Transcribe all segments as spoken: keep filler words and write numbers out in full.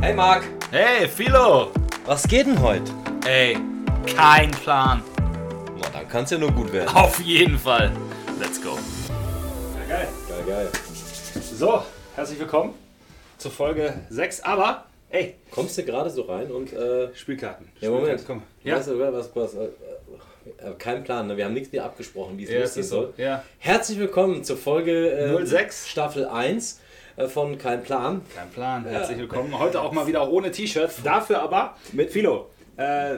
Hey Marc. Hey Philo. Was geht denn heute? Ey, kein Plan. Na, dann kann's ja nur gut werden. Auf jeden Fall. Let's go. Ja, geil. Geil, geil. So, herzlich willkommen zur Folge sechs. Aber, ey, Kommst du gerade so rein und, äh... Spielkarten. Ja, Moment. Komm. Ja. Ja. Weißt du, was, was, äh, äh, kein Plan, ne? Wir haben nichts mehr abgesprochen, wie es Ja, losgehen ist so. soll. Ja. Herzlich willkommen zur Folge äh, null sechs. Staffel eins äh, von Kein Plan. Kein Plan. Ja. Herzlich willkommen. Heute auch mal wieder ohne T-Shirt. Dafür aber mit Philo. Äh,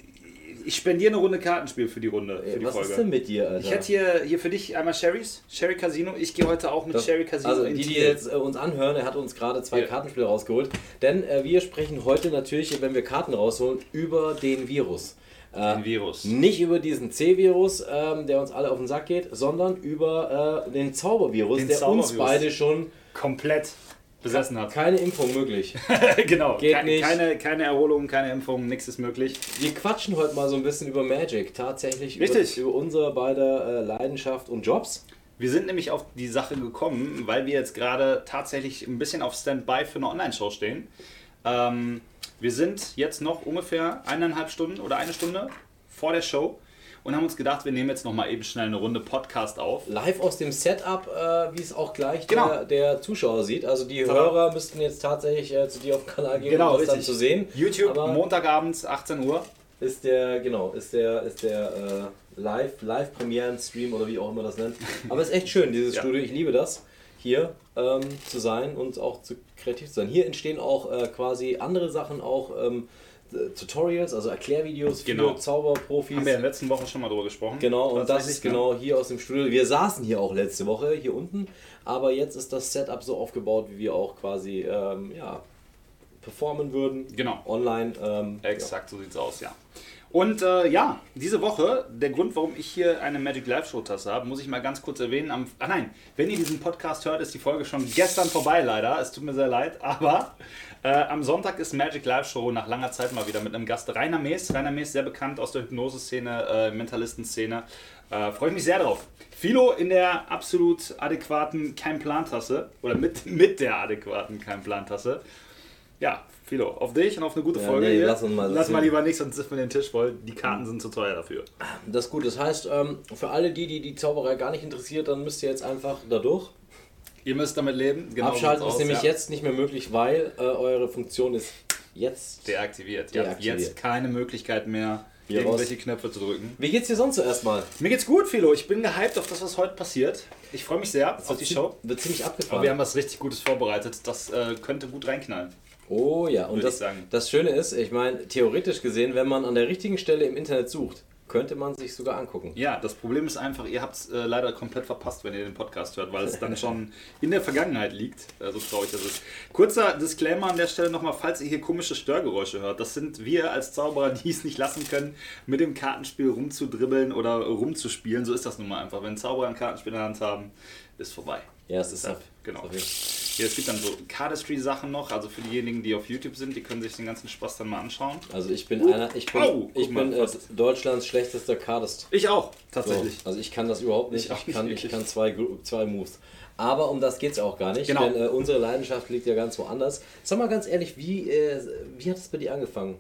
ich spendiere eine Runde Kartenspiel für die Runde, für die Was Folge. ist denn mit dir, Alter? Ich hätte hier, hier für dich einmal Sherrys, Sherry Casino. Ich gehe heute auch mit Das- Sherry Casino Also in die, die Tiel. jetzt äh, uns anhören, er hat uns gerade zwei Ja. Kartenspiele rausgeholt. Denn äh, wir sprechen heute natürlich, wenn wir Karten rausholen, über den Virus. Äh, Den Virus. Nicht über diesen C-Virus, ähm, der uns alle auf den Sack geht, sondern über äh, den Zaubervirus, Den der Zaubervirus. uns beide schon Komplett besessen hat. keine Impfung möglich. Genau. Geht Ke- nicht. Keine, keine Erholung, keine Impfung, nichts ist möglich. Wir quatschen heute mal so ein bisschen über Magic, tatsächlich über, Richtig. über unsere beide äh, Leidenschaft und Jobs. Wir sind nämlich auf die Sache gekommen, weil wir jetzt gerade tatsächlich ein bisschen auf Standby für eine Online-Show stehen. Ähm, wir sind jetzt noch ungefähr eineinhalb Stunden oder eine Stunde vor der Show und haben uns gedacht, wir nehmen jetzt noch mal eben schnell eine Runde Podcast auf. Live aus dem Setup, äh, wie es auch gleich Genau. der, der Zuschauer sieht. Also die Genau. Hörer müssten jetzt tatsächlich äh, zu dir auf den Kanal gehen, Genau, um das dann richtig. zu sehen. YouTube, Aber Montagabends, achtzehn Uhr. ist der, genau, ist der, ist der äh, Live, Live-Premieren-Stream oder wie auch immer das nennt. Aber es ist echt schön, dieses Ja. Studio. Ich liebe das, hier ähm, zu sein und auch zu kreativ zu sein. Hier entstehen auch äh, quasi andere Sachen, auch ähm, Tutorials, also Erklärvideos Genau. für Zauberprofis. Haben wir in der letzten Woche schon mal drüber gesprochen. Genau, und das Tatsächlich, ist genau hier aus dem Studio. Wir saßen hier auch letzte Woche, hier unten, aber jetzt ist das Setup so aufgebaut, wie wir auch quasi ähm, ja, performen würden. Genau. Online. Ähm, Exakt, so sieht's aus, ja. Und äh, ja, diese Woche, der Grund, warum ich hier eine Magic Live Show Tasse habe, muss ich mal ganz kurz erwähnen. Am, ah nein, wenn ihr diesen Podcast hört, ist die Folge schon gestern vorbei leider. Es tut mir sehr leid, aber äh, am Sonntag ist Magic Live Show nach langer Zeit mal wieder mit einem Gast. Rainer Mees, Rainer Mees, sehr bekannt aus der Hypnose-Szene, äh, Mentalistenszene. Äh, Freue ich mich sehr drauf. Philo in der absolut adäquaten Kein-Plan-Tasse oder mit, mit der adäquaten Kein-Plan-Tasse. Ja, Philo, auf dich und auf eine gute Ja, Folge nee, hier. lass uns mal- lass mal lieber nicht, sonst ist mir den Tisch voll. Die Karten sind zu teuer dafür. Das ist gut. Das heißt, ähm, für alle die, die die Zauberei gar nicht interessiert, dann müsst ihr jetzt einfach da durch. Ihr müsst damit leben. Genau Abschalten sieht's ist aus, nämlich ja. jetzt nicht mehr möglich, weil äh, eure Funktion ist jetzt. deaktiviert. Ihr habt Deaktiviert. jetzt keine Möglichkeit mehr, Hier irgendwelche Knöpfe zu drücken. Wie geht's dir sonst zuerst mal? Mir geht's gut, Philo. Ich bin gehypt auf das, was heute passiert. Ich freue mich sehr auf die Zie- Show. Wird ziemlich Aber abgefahren. wir haben was richtig Gutes vorbereitet. Das äh, könnte gut reinknallen. Oh ja, und Würde das, ich sagen. das Schöne ist, ich meine, theoretisch gesehen, wenn man an der richtigen Stelle im Internet sucht, könnte man sich sogar angucken. Ja, das Problem ist einfach, ihr habt es äh, leider komplett verpasst, wenn ihr den Podcast hört, weil es dann schon in der Vergangenheit liegt. Äh, so traurig das ist. Kurzer Disclaimer an der Stelle nochmal, falls ihr hier komische Störgeräusche hört. Das sind wir als Zauberer, die es nicht lassen können, mit dem Kartenspiel rumzudribbeln oder rumzuspielen. So ist das nun mal einfach. Wenn Zauberer ein Kartenspiel in der Hand haben, ist vorbei. Ja, es ist Deshalb, ab. genau. Ist Hier, es gibt dann so Cardistry-Sachen noch, also für diejenigen, die auf YouTube sind, die können sich den ganzen Spaß dann mal anschauen. Also ich bin einer, ich bin, Au, guck ich mal, bin äh, fast. Deutschlands schlechtester Cardist. Ich auch, So, tatsächlich. also ich kann das überhaupt nicht. Ich auch Ich, nicht kann, ich wirklich. kann zwei, Gru- zwei Moves. Aber um das geht es auch gar nicht, Genau. denn äh, unsere Leidenschaft liegt ja ganz woanders. Sag mal ganz ehrlich, wie, äh, wie hat es bei dir angefangen?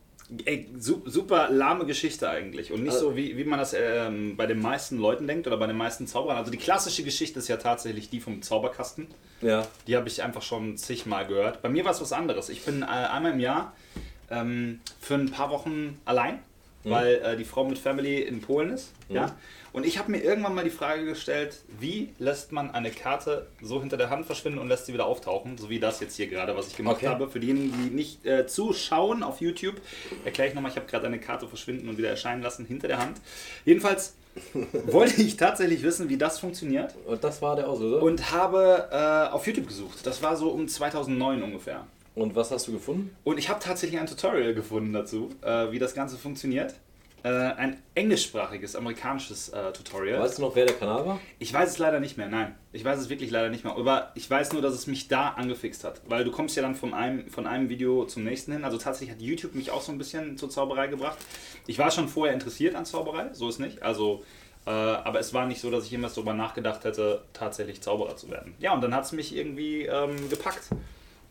Ey, su super lahme Geschichte eigentlich und nicht Also- so, wie, wie man das ähm, bei den meisten Leuten denkt oder bei den meisten Zauberern. Also die klassische Geschichte ist ja tatsächlich die vom Zauberkasten. Ja. Die habe ich einfach schon zigmal gehört. Bei mir war es was anderes. Ich bin äh, einmal im Jahr ähm, für ein paar Wochen allein, Mhm. weil äh, die Frau mit Family in Polen ist. Mhm. Ja? Und ich habe mir irgendwann mal die Frage gestellt, wie lässt man eine Karte so hinter der Hand verschwinden und lässt sie wieder auftauchen, so wie das jetzt hier gerade, was ich gemacht Okay. habe. Für diejenigen, die nicht äh, zuschauen auf YouTube, erkläre ich nochmal, ich habe gerade eine Karte verschwinden und wieder erscheinen lassen hinter der Hand. Jedenfalls wollte ich tatsächlich wissen, wie das funktioniert Und das war der Auslöser. und habe äh, auf YouTube gesucht. Das war so um zweitausendneun ungefähr. Und was hast du gefunden? Und ich habe tatsächlich ein Tutorial gefunden dazu, äh, wie das Ganze funktioniert. Äh, ein englischsprachiges, amerikanisches äh, Tutorial. Weißt du noch, wer der Kanal war? Ich weiß es leider nicht mehr, nein. Ich weiß es wirklich leider nicht mehr. Aber ich weiß nur, dass es mich da angefixt hat. Weil du kommst ja dann von einem, von einem Video zum nächsten hin. Also tatsächlich hat YouTube mich auch so ein bisschen zur Zauberei gebracht. Ich war schon vorher interessiert an Zauberei, so ist nicht. Also, äh, aber es war nicht so, dass ich jemals darüber nachgedacht hätte, tatsächlich Zauberer zu werden. Ja, und dann hat es mich irgendwie ähm, gepackt.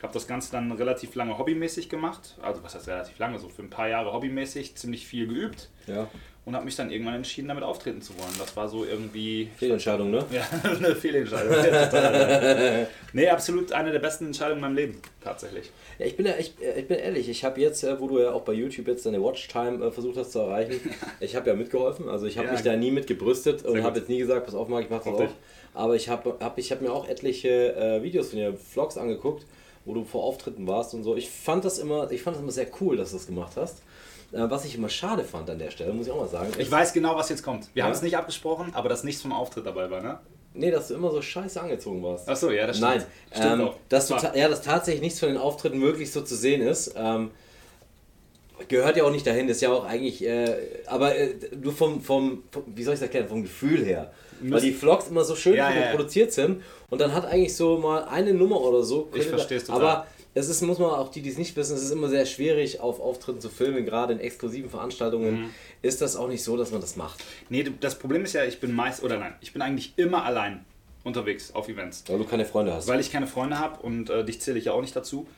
Habe das Ganze dann relativ lange hobbymäßig gemacht. Also was heißt relativ lange? So für ein paar Jahre hobbymäßig, ziemlich viel geübt. Ja. Und habe mich dann irgendwann entschieden, damit auftreten zu wollen. Das war so irgendwie... Fehlentscheidung, ne? Ja, eine Fehlentscheidung. Ja, total. Nee, absolut eine der besten Entscheidungen in meinem Leben, tatsächlich. Ja, ich bin, ja, ich, ich bin ehrlich, ich habe jetzt, wo du ja auch bei YouTube jetzt deine Watchtime äh, versucht hast zu erreichen, ich habe ja mitgeholfen, also ich habe Ja, mich da nie mit gebrüstet und gut. habe jetzt nie gesagt, pass auf Marc, ich mach das Richtig. auch. Aber ich habe hab, ich hab mir auch etliche äh, Videos von dir, Vlogs angeguckt, wo du vor Auftritten warst und so. Ich fand das immer, ich fand das immer sehr cool, dass du das gemacht hast. Äh, was ich immer schade fand an der Stelle, muss ich auch mal sagen. Ich weiß genau, was jetzt kommt. Wir Ja? haben es nicht abgesprochen, aber dass nichts vom Auftritt dabei war, ne? Nee, dass du immer so scheiße angezogen warst. Achso, ja, das stimmt. Nein, Stimmt ähm, auch. dass, du War- ta- ja, dass tatsächlich nichts von den Auftritten wirklich so zu sehen ist. Ähm, gehört ja auch nicht dahin, ist ja auch eigentlich, äh, aber äh, nur vom, vom, vom, wie soll ich das erklären, vom Gefühl her. Weil die Vlogs immer so schön Ja, ja, ja. produziert sind und dann hat eigentlich so mal eine Nummer oder so. Ich versteh's total. Aber es ist, muss man auch die, die es nicht wissen, es ist immer sehr schwierig, auf Auftritten zu filmen, gerade in exklusiven Veranstaltungen Mhm. ist das auch nicht so, dass man das macht. Nee, du- das Problem ist ja, ich bin meist, oder nein, ich bin eigentlich immer allein unterwegs auf Events. Weil du keine Freunde hast. Weil ich keine Freunde habe und äh, dich zähle ich ja auch nicht dazu.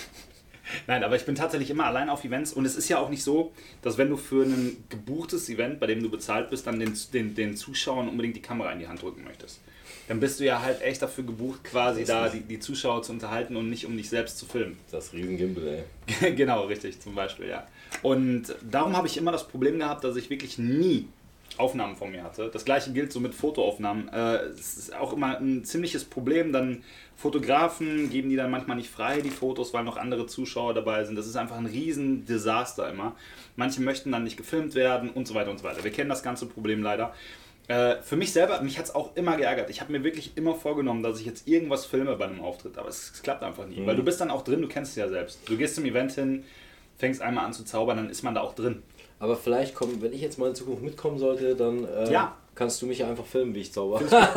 Nein, aber ich bin tatsächlich immer allein auf Events und es ist ja auch nicht so, dass wenn du für ein gebuchtes Event, bei dem du bezahlt bist, dann den, den, den Zuschauern unbedingt die Kamera in die Hand drücken möchtest. Dann bist du ja halt echt dafür gebucht, quasi da die, die Zuschauer zu unterhalten und nicht um dich selbst zu filmen. Das Riesengimbal, ey. Genau, richtig, zum Beispiel, ja. Und darum habe ich immer das Problem gehabt, dass ich wirklich nie Aufnahmen von mir hatte. Das gleiche gilt so mit Fotoaufnahmen. Äh, es ist auch immer ein ziemliches Problem, dann Fotografen geben die dann manchmal nicht frei, die Fotos, weil noch andere Zuschauer dabei sind. Das ist einfach ein riesen Desaster immer. Manche möchten dann nicht gefilmt werden und so weiter und so weiter. Wir kennen das ganze Problem leider. Äh, für mich selber, mich hat es auch immer geärgert. Ich habe mir wirklich immer vorgenommen, dass ich jetzt irgendwas filme bei einem Auftritt, aber es, es klappt einfach nie. Mhm. Weil du bist dann auch drin, du kennst es ja selbst. Du gehst zum Event hin, fängst einmal an zu zaubern, dann ist man da auch drin. Aber vielleicht kommen, wenn ich jetzt mal in Zukunft mitkommen sollte, dann äh, Ja. kannst du mich ja einfach filmen, wie ich zauber.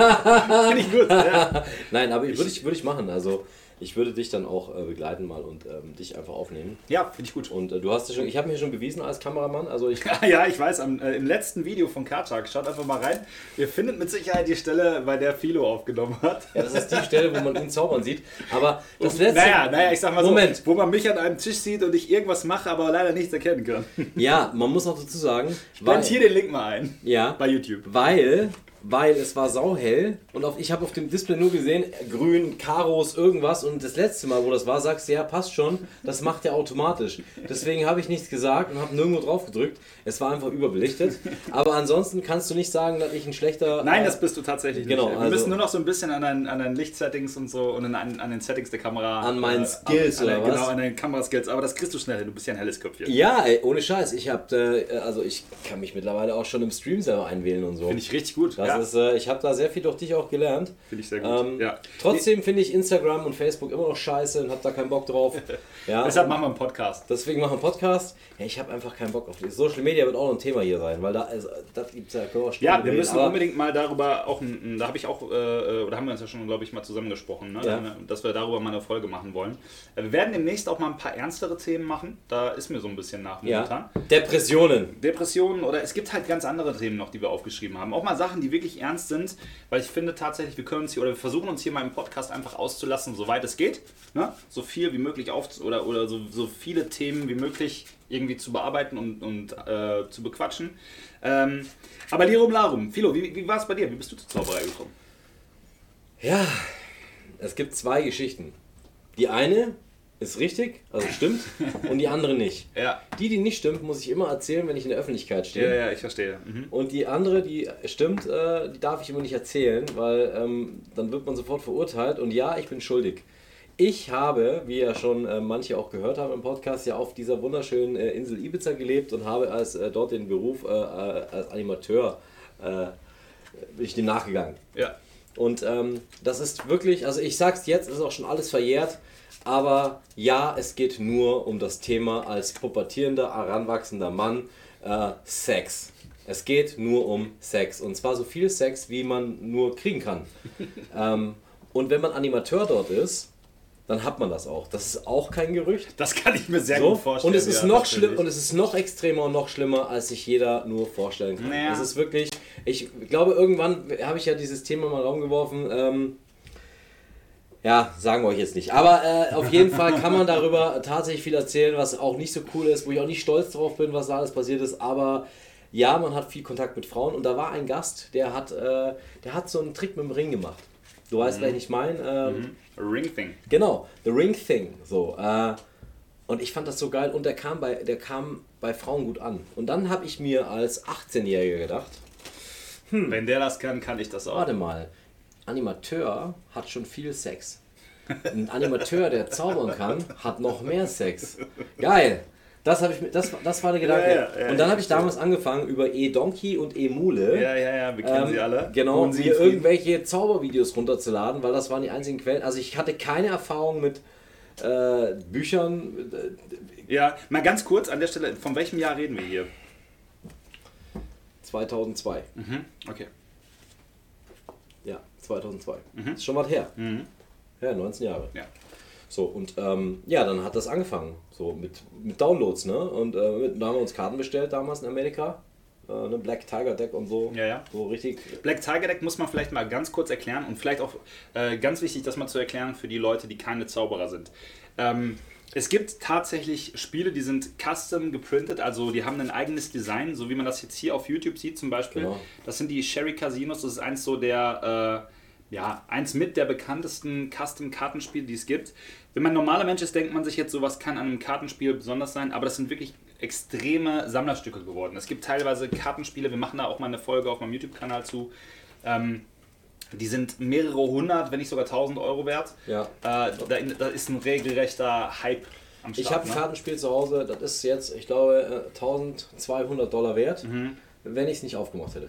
Finde ich gut, ja. Nein, aber würde ich, würde ich machen. Also ich würde dich dann auch äh, begleiten mal und ähm, dich einfach aufnehmen. Ja, finde ich gut. Und äh, du hast es schon, ich habe mich schon bewiesen als Kameramann. Also ich, Ja, ich weiß, am, äh, im letzten Video von Kartag, schaut einfach mal rein. Ihr findet mit Sicherheit die Stelle, bei der Philo aufgenommen hat. ja, das ist die Stelle, wo man ihn zaubern sieht. Aber das letzte. Naja, naja, ich sag mal Moment. so, wo man mich an einem Tisch sieht und ich irgendwas mache, aber leider nichts erkennen kann. Ja, man muss auch dazu sagen. Blend hier den Link mal ein. Ja. Bei YouTube. Weil, weil es war sauhell und auf, ich habe auf dem Display nur gesehen, grün, Karos, irgendwas und das letzte Mal, wo das war, sagst du, ja, passt schon, das macht er automatisch. Deswegen habe ich nichts gesagt und habe nirgendwo drauf gedrückt. Es war einfach überbelichtet. Aber ansonsten kannst du nicht sagen, dass ich ein schlechter... Nein, äh, das bist du tatsächlich genau, nicht. Wir also- müssen nur noch so ein bisschen an deinen, an deinen Lichtsettings und so und an, an den Settings der Kamera. An meinen äh, Skills an, an, oder Genau, was? an deinen Kameraskills. Aber das kriegst du schnell hin. Du bist ja ein helles Köpfchen. Ja, ey, ohne Scheiß. Ich habe, äh, also ich kann mich mittlerweile auch schon im Stream selber einwählen und so. Finde ich richtig gut. Das ja, ist, äh, ich habe da sehr viel durch dich auch gelernt. finde ich sehr gut. Ähm, ja. Trotzdem finde ich Instagram und Facebook immer noch scheiße und habe da keinen Bock drauf. Ja, Deshalb machen wir einen Podcast. deswegen machen wir einen Podcast. Ja, ich habe einfach keinen Bock auf das. Social Media wird auch noch ein Thema hier sein, weil da also, das gibt's ja, können wir auch Ja, Stunden wir reden, müssen aber- unbedingt mal darüber auch, ein, da habe ich auch, äh, oder haben wir uns ja schon, glaube ich, mal zusammengesprochen, ne? Ja. dass wir darüber mal eine Folge machen wollen. Äh, Wir werden demnächst auch mal ein paar ernstere Themen machen. Da ist mir so ein bisschen nach momentan. Ja. Depressionen. Depressionen oder es gibt halt ganz andere Themen noch, die wir aufgeschrieben haben. Auch mal Sachen, die wirklich ernst sind, weil ich finde tatsächlich, wir können uns hier oder wir versuchen uns hier mal im Podcast einfach auszulassen, soweit es geht. Ne? So viel wie möglich auf oder, oder so, so viele Themen wie möglich irgendwie zu bearbeiten und, und äh, zu bequatschen. Ähm, aber Lirum Larum, Philo, wie, wie war es bei dir? Wie bist du zur Zauberei gekommen? Ja, es gibt zwei Geschichten. Die eine ist richtig, also stimmt, und die andere nicht. Ja, Die, die nicht stimmt, muss ich immer erzählen, wenn ich in der Öffentlichkeit stehe. ja, ja, ich verstehe. Mhm. Und die andere, die stimmt, äh, die darf ich immer nicht erzählen, weil ähm, dann wird man sofort verurteilt. Und ja, ich bin schuldig. Ich habe, wie ja schon äh, manche auch gehört haben im Podcast, ja auf dieser wunderschönen äh, Insel Ibiza gelebt und habe als äh, dort den Beruf äh, äh, als Animateur äh, bin ich dem nachgegangen. Ja. Und ähm, das ist wirklich, also ich sag's jetzt, ist auch schon alles verjährt, aber ja, es geht nur um das Thema als pubertierender, heranwachsender Mann, äh, Sex. Es geht nur um Sex und zwar so viel Sex, wie man nur kriegen kann. ähm, und wenn man Animateur dort ist, dann hat man das auch. Das ist auch kein Gerücht. Das kann ich mir sehr So, gut vorstellen. und es ist ja, noch natürlich. schlimm und es ist noch extremer und noch schlimmer, als sich jeder nur vorstellen kann. Naja. Es ist wirklich, ich glaube, irgendwann habe ich ja dieses Thema mal raumgeworfen. Ähm, Ja, sagen wir euch jetzt nicht. Aber äh, auf jeden Fall kann man darüber tatsächlich viel erzählen, was auch nicht so cool ist, wo ich auch nicht stolz drauf bin, was da alles passiert ist. Aber ja, man hat viel Kontakt mit Frauen und da war ein Gast, der hat, äh, der hat so einen Trick mit dem Ring gemacht. Du weißt, mhm. welchen ich meine. Ähm, mhm. Ring Thing. Genau, the Ring Thing. So, äh, und ich fand das so geil und der kam bei, der kam bei Frauen gut an. Und dann habe ich mir als achtzehnjähriger gedacht, hm, wenn der das kann, kann ich das auch. Warte mal. Animateur hat schon viel Sex. Ein Animateur, der zaubern kann, hat noch mehr Sex. Geil. Das, ich, das, das war der Gedanke. Ja, ja, ja, und dann ja, habe ich damals angefangen über E-Donkey und E-Mule. Ja, ja, ja, wir kennen ähm, sie alle. Genau, mir irgendwelche Zaubervideos runterzuladen, weil das waren die einzigen Quellen. Also ich hatte keine Erfahrung mit äh, Büchern. Ja, mal ganz kurz an der Stelle, von welchem Jahr reden wir hier? zweitausendzwei. Mhm, okay. Ja, zweitausendzwei. Mhm. Ist schon was her. Mhm. Ja, neunzehn Jahre. Ja. So, und ähm, ja, dann hat das angefangen, so mit, mit Downloads, ne? Und äh, mit, da haben wir uns Karten bestellt damals in Amerika, äh, ne Black Tiger Deck und so. Ja, ja. So richtig. Black Tiger Deck muss man vielleicht mal ganz kurz erklären und vielleicht auch äh, ganz wichtig, das mal zu erklären für die Leute, die keine Zauberer sind. Ähm, es gibt tatsächlich Spiele, die sind custom geprintet, also die haben ein eigenes Design, so wie man das jetzt hier auf YouTube sieht zum Beispiel. Genau. Das sind die Sherry Casinos, das ist eins so der... Äh, Ja, eins mit der bekanntesten Custom-Kartenspiele, die es gibt. Wenn man ein normaler Mensch ist, denkt man sich jetzt, sowas kann an einem Kartenspiel besonders sein, aber das sind wirklich extreme Sammlerstücke geworden. Es gibt teilweise Kartenspiele, wir machen da auch mal eine Folge auf meinem YouTube-Kanal zu, ähm, die sind mehrere hundert, wenn nicht sogar tausend Euro wert. Ja. Äh, da, da ist ein regelrechter Hype am Start. Ich habe ein ne? Kartenspiel zu Hause, das ist jetzt, ich glaube, eintausendzweihundert Dollar wert. Mhm. Wenn ich es nicht aufgemacht hätte.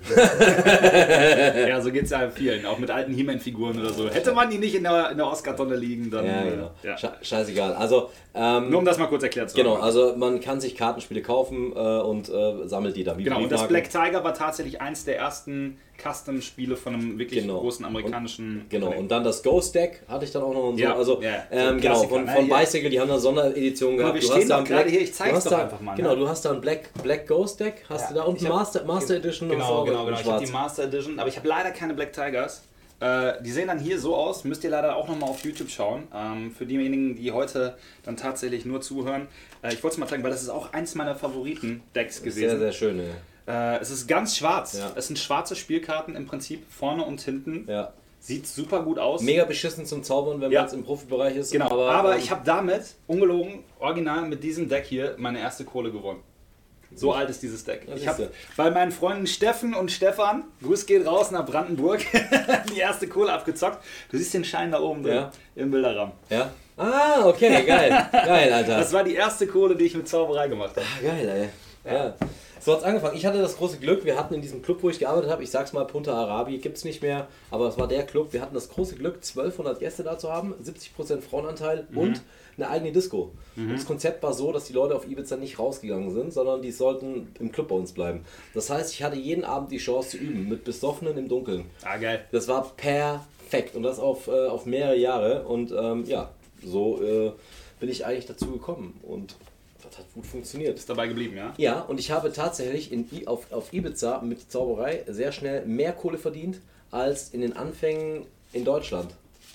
Ja, so geht es ja vielen, auch mit alten He-Man-Figuren oder so. Hätte man die nicht in der, in der Oscar-Tonne liegen, dann... Ja, genau. Ja. Sche scheißegal. Also, ähm, Nur um das mal kurz erklärt zu Genau, haben. also man kann sich Kartenspiele kaufen äh, und äh, sammelt die dann. Wie Genau, und das Briefmarken. Black Tiger war tatsächlich eins der ersten Custom-Spiele von einem wirklich Genau. großen amerikanischen... Und, genau, Unternehmen. und dann das Ghost Deck hatte ich dann auch noch und so. Ja, Also, ja, so ähm, genau, Klassiker, von, ne? von Hier. Bicycle, die haben da Sondereditionen Guck mal, gehabt. wir Du stehen hast da doch ein gerade Black, hier, ich zeig's du hast doch da, einfach mal, ne? Genau, du hast da ein Black, Black Ghost Deck, hast Ja. du da und Ich hab- Master, Master Edition und Genau, so, genau, und genau. Ich habe schwarz. die Master Edition, aber ich habe leider keine Black Tigers. Äh, die sehen dann hier so aus, müsst ihr leider auch nochmal auf YouTube schauen. Ähm, für diejenigen, die heute dann tatsächlich nur zuhören. Äh, ich wollte es mal zeigen, weil das ist auch eins meiner Favoriten-Decks gewesen. Sehr, sehr schön, ja. Äh, es ist ganz schwarz. Ja. Es sind schwarze Spielkarten im Prinzip, vorne und hinten. ja. Sieht super gut aus. Mega beschissen zum Zaubern, wenn Ja. man jetzt im Profibereich ist. Genau, aber, aber ähm, ich habe damit, ungelogen, original mit diesem Deck hier, meine erste Kohle gewonnen. So alt ist dieses Deck. Ja, Ich habe siehste. bei meinen Freunden Steffen und Stefan, Gruß geht raus nach Brandenburg, die erste Kohle abgezockt. Du siehst den Schein da oben drin, Ja. im Bilderrahmen. Ja? Ah, okay, geil. Geil, Alter. Das war die erste Kohle, die ich mit Zauberei gemacht habe. Ah, geil, ey. Ja. So hat's angefangen. Ich hatte das große Glück, wir hatten in diesem Club, wo ich gearbeitet habe, ich sag's mal, Punta Arabi, gibt's nicht mehr, aber es war der Club, wir hatten das große Glück, zwölfhundert Gäste da zu haben, siebzig Prozent Frauenanteil Mhm. und eine eigene Disco. Und das Konzept war so, dass die Leute auf Ibiza nicht rausgegangen sind, sondern die sollten im Club bei uns bleiben. Das heißt, ich hatte jeden Abend die Chance zu üben, mit Besoffenen im Dunkeln. Ah, geil. Das war perfekt und das auf, äh, auf mehrere Jahre und ähm, ja, so äh, bin ich eigentlich dazu gekommen und das hat gut funktioniert. Ist dabei geblieben, ja? Ja, und ich habe tatsächlich in, I- auf, auf Ibiza mit Zauberei sehr schnell mehr Kohle verdient als in den Anfängen in Deutschland.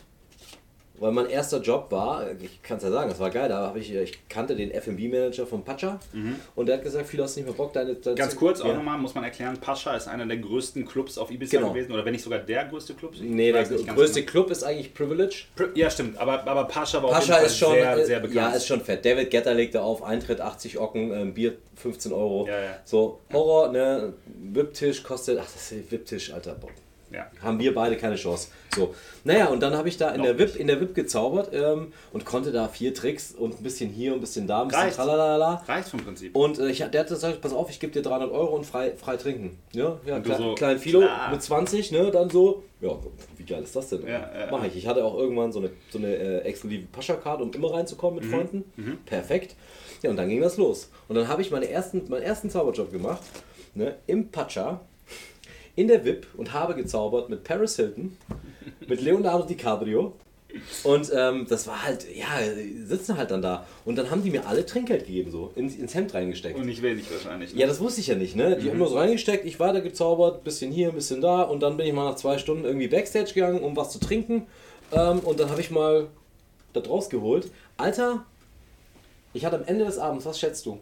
Weil mein erster Job war, ich kann es ja sagen, das war geil, da habe ich, ich kannte den F und B-Manager von Pacha und der hat gesagt, viel hast du nicht mehr Bock, deine... deine Ganz kurz auch ja. nochmal, muss man erklären, Pascha ist einer der größten Clubs auf Ibiza Genau. gewesen, oder wenn nicht sogar der größte Club. Ich Nee, der weiß nicht ganz größte genau. Club ist eigentlich Privilege. Ja, stimmt, aber, aber Pascha war Pascha auf jeden ist schon, Fall sehr, äh, sehr bekannt. ja, ist schon fett. David Guetta legte auf, Eintritt achtzig Ocken, ähm, Bier fünfzehn Euro. Ja, ja. So, Horror, ne, VIP-Tisch kostet, ach, das ist VIP-Tisch, Alter, boah. Ja. Haben wir beide keine Chance. So, naja, und dann habe ich da in Noch der V I P, in der V I P gezaubert ähm, und konnte da vier Tricks und ein bisschen hier und ein bisschen da, ein bisschen Reicht. tralalala. Reicht vom Prinzip. Und äh, ich, der hat gesagt, pass auf, ich gebe dir dreihundert Euro und frei, frei trinken. Ja, ja Und du kle so, klein Philo klar. mit zwanzig, ne, dann so, ja, wie geil ist das denn? Ja, ja, Mach ich. Ich hatte auch irgendwann so eine, so eine äh, exklusive Pascha-Card, um immer reinzukommen mit Freunden. Perfekt. Ja, und dann ging das los. Und dann habe ich meine ersten, meinen ersten Zauberjob gemacht, ne, im Pacha, in der V I P und habe gezaubert mit Paris Hilton, mit Leonardo DiCaprio. Und ähm, das war halt, ja, die sitzen halt dann da. Und dann haben die mir alle Trinkgeld gegeben, so, ins, ins Hemd reingesteckt. Und nicht wenig wahrscheinlich. Ne? Ja, das wusste ich ja nicht, ne? Die haben immer so reingesteckt, ich weiter gezaubert, bisschen hier, ein bisschen da und dann bin ich mal nach zwei Stunden irgendwie Backstage gegangen, um was zu trinken. Ähm, und dann habe ich mal das rausgeholt. Alter, ich hatte am Ende des Abends, was schätzt du?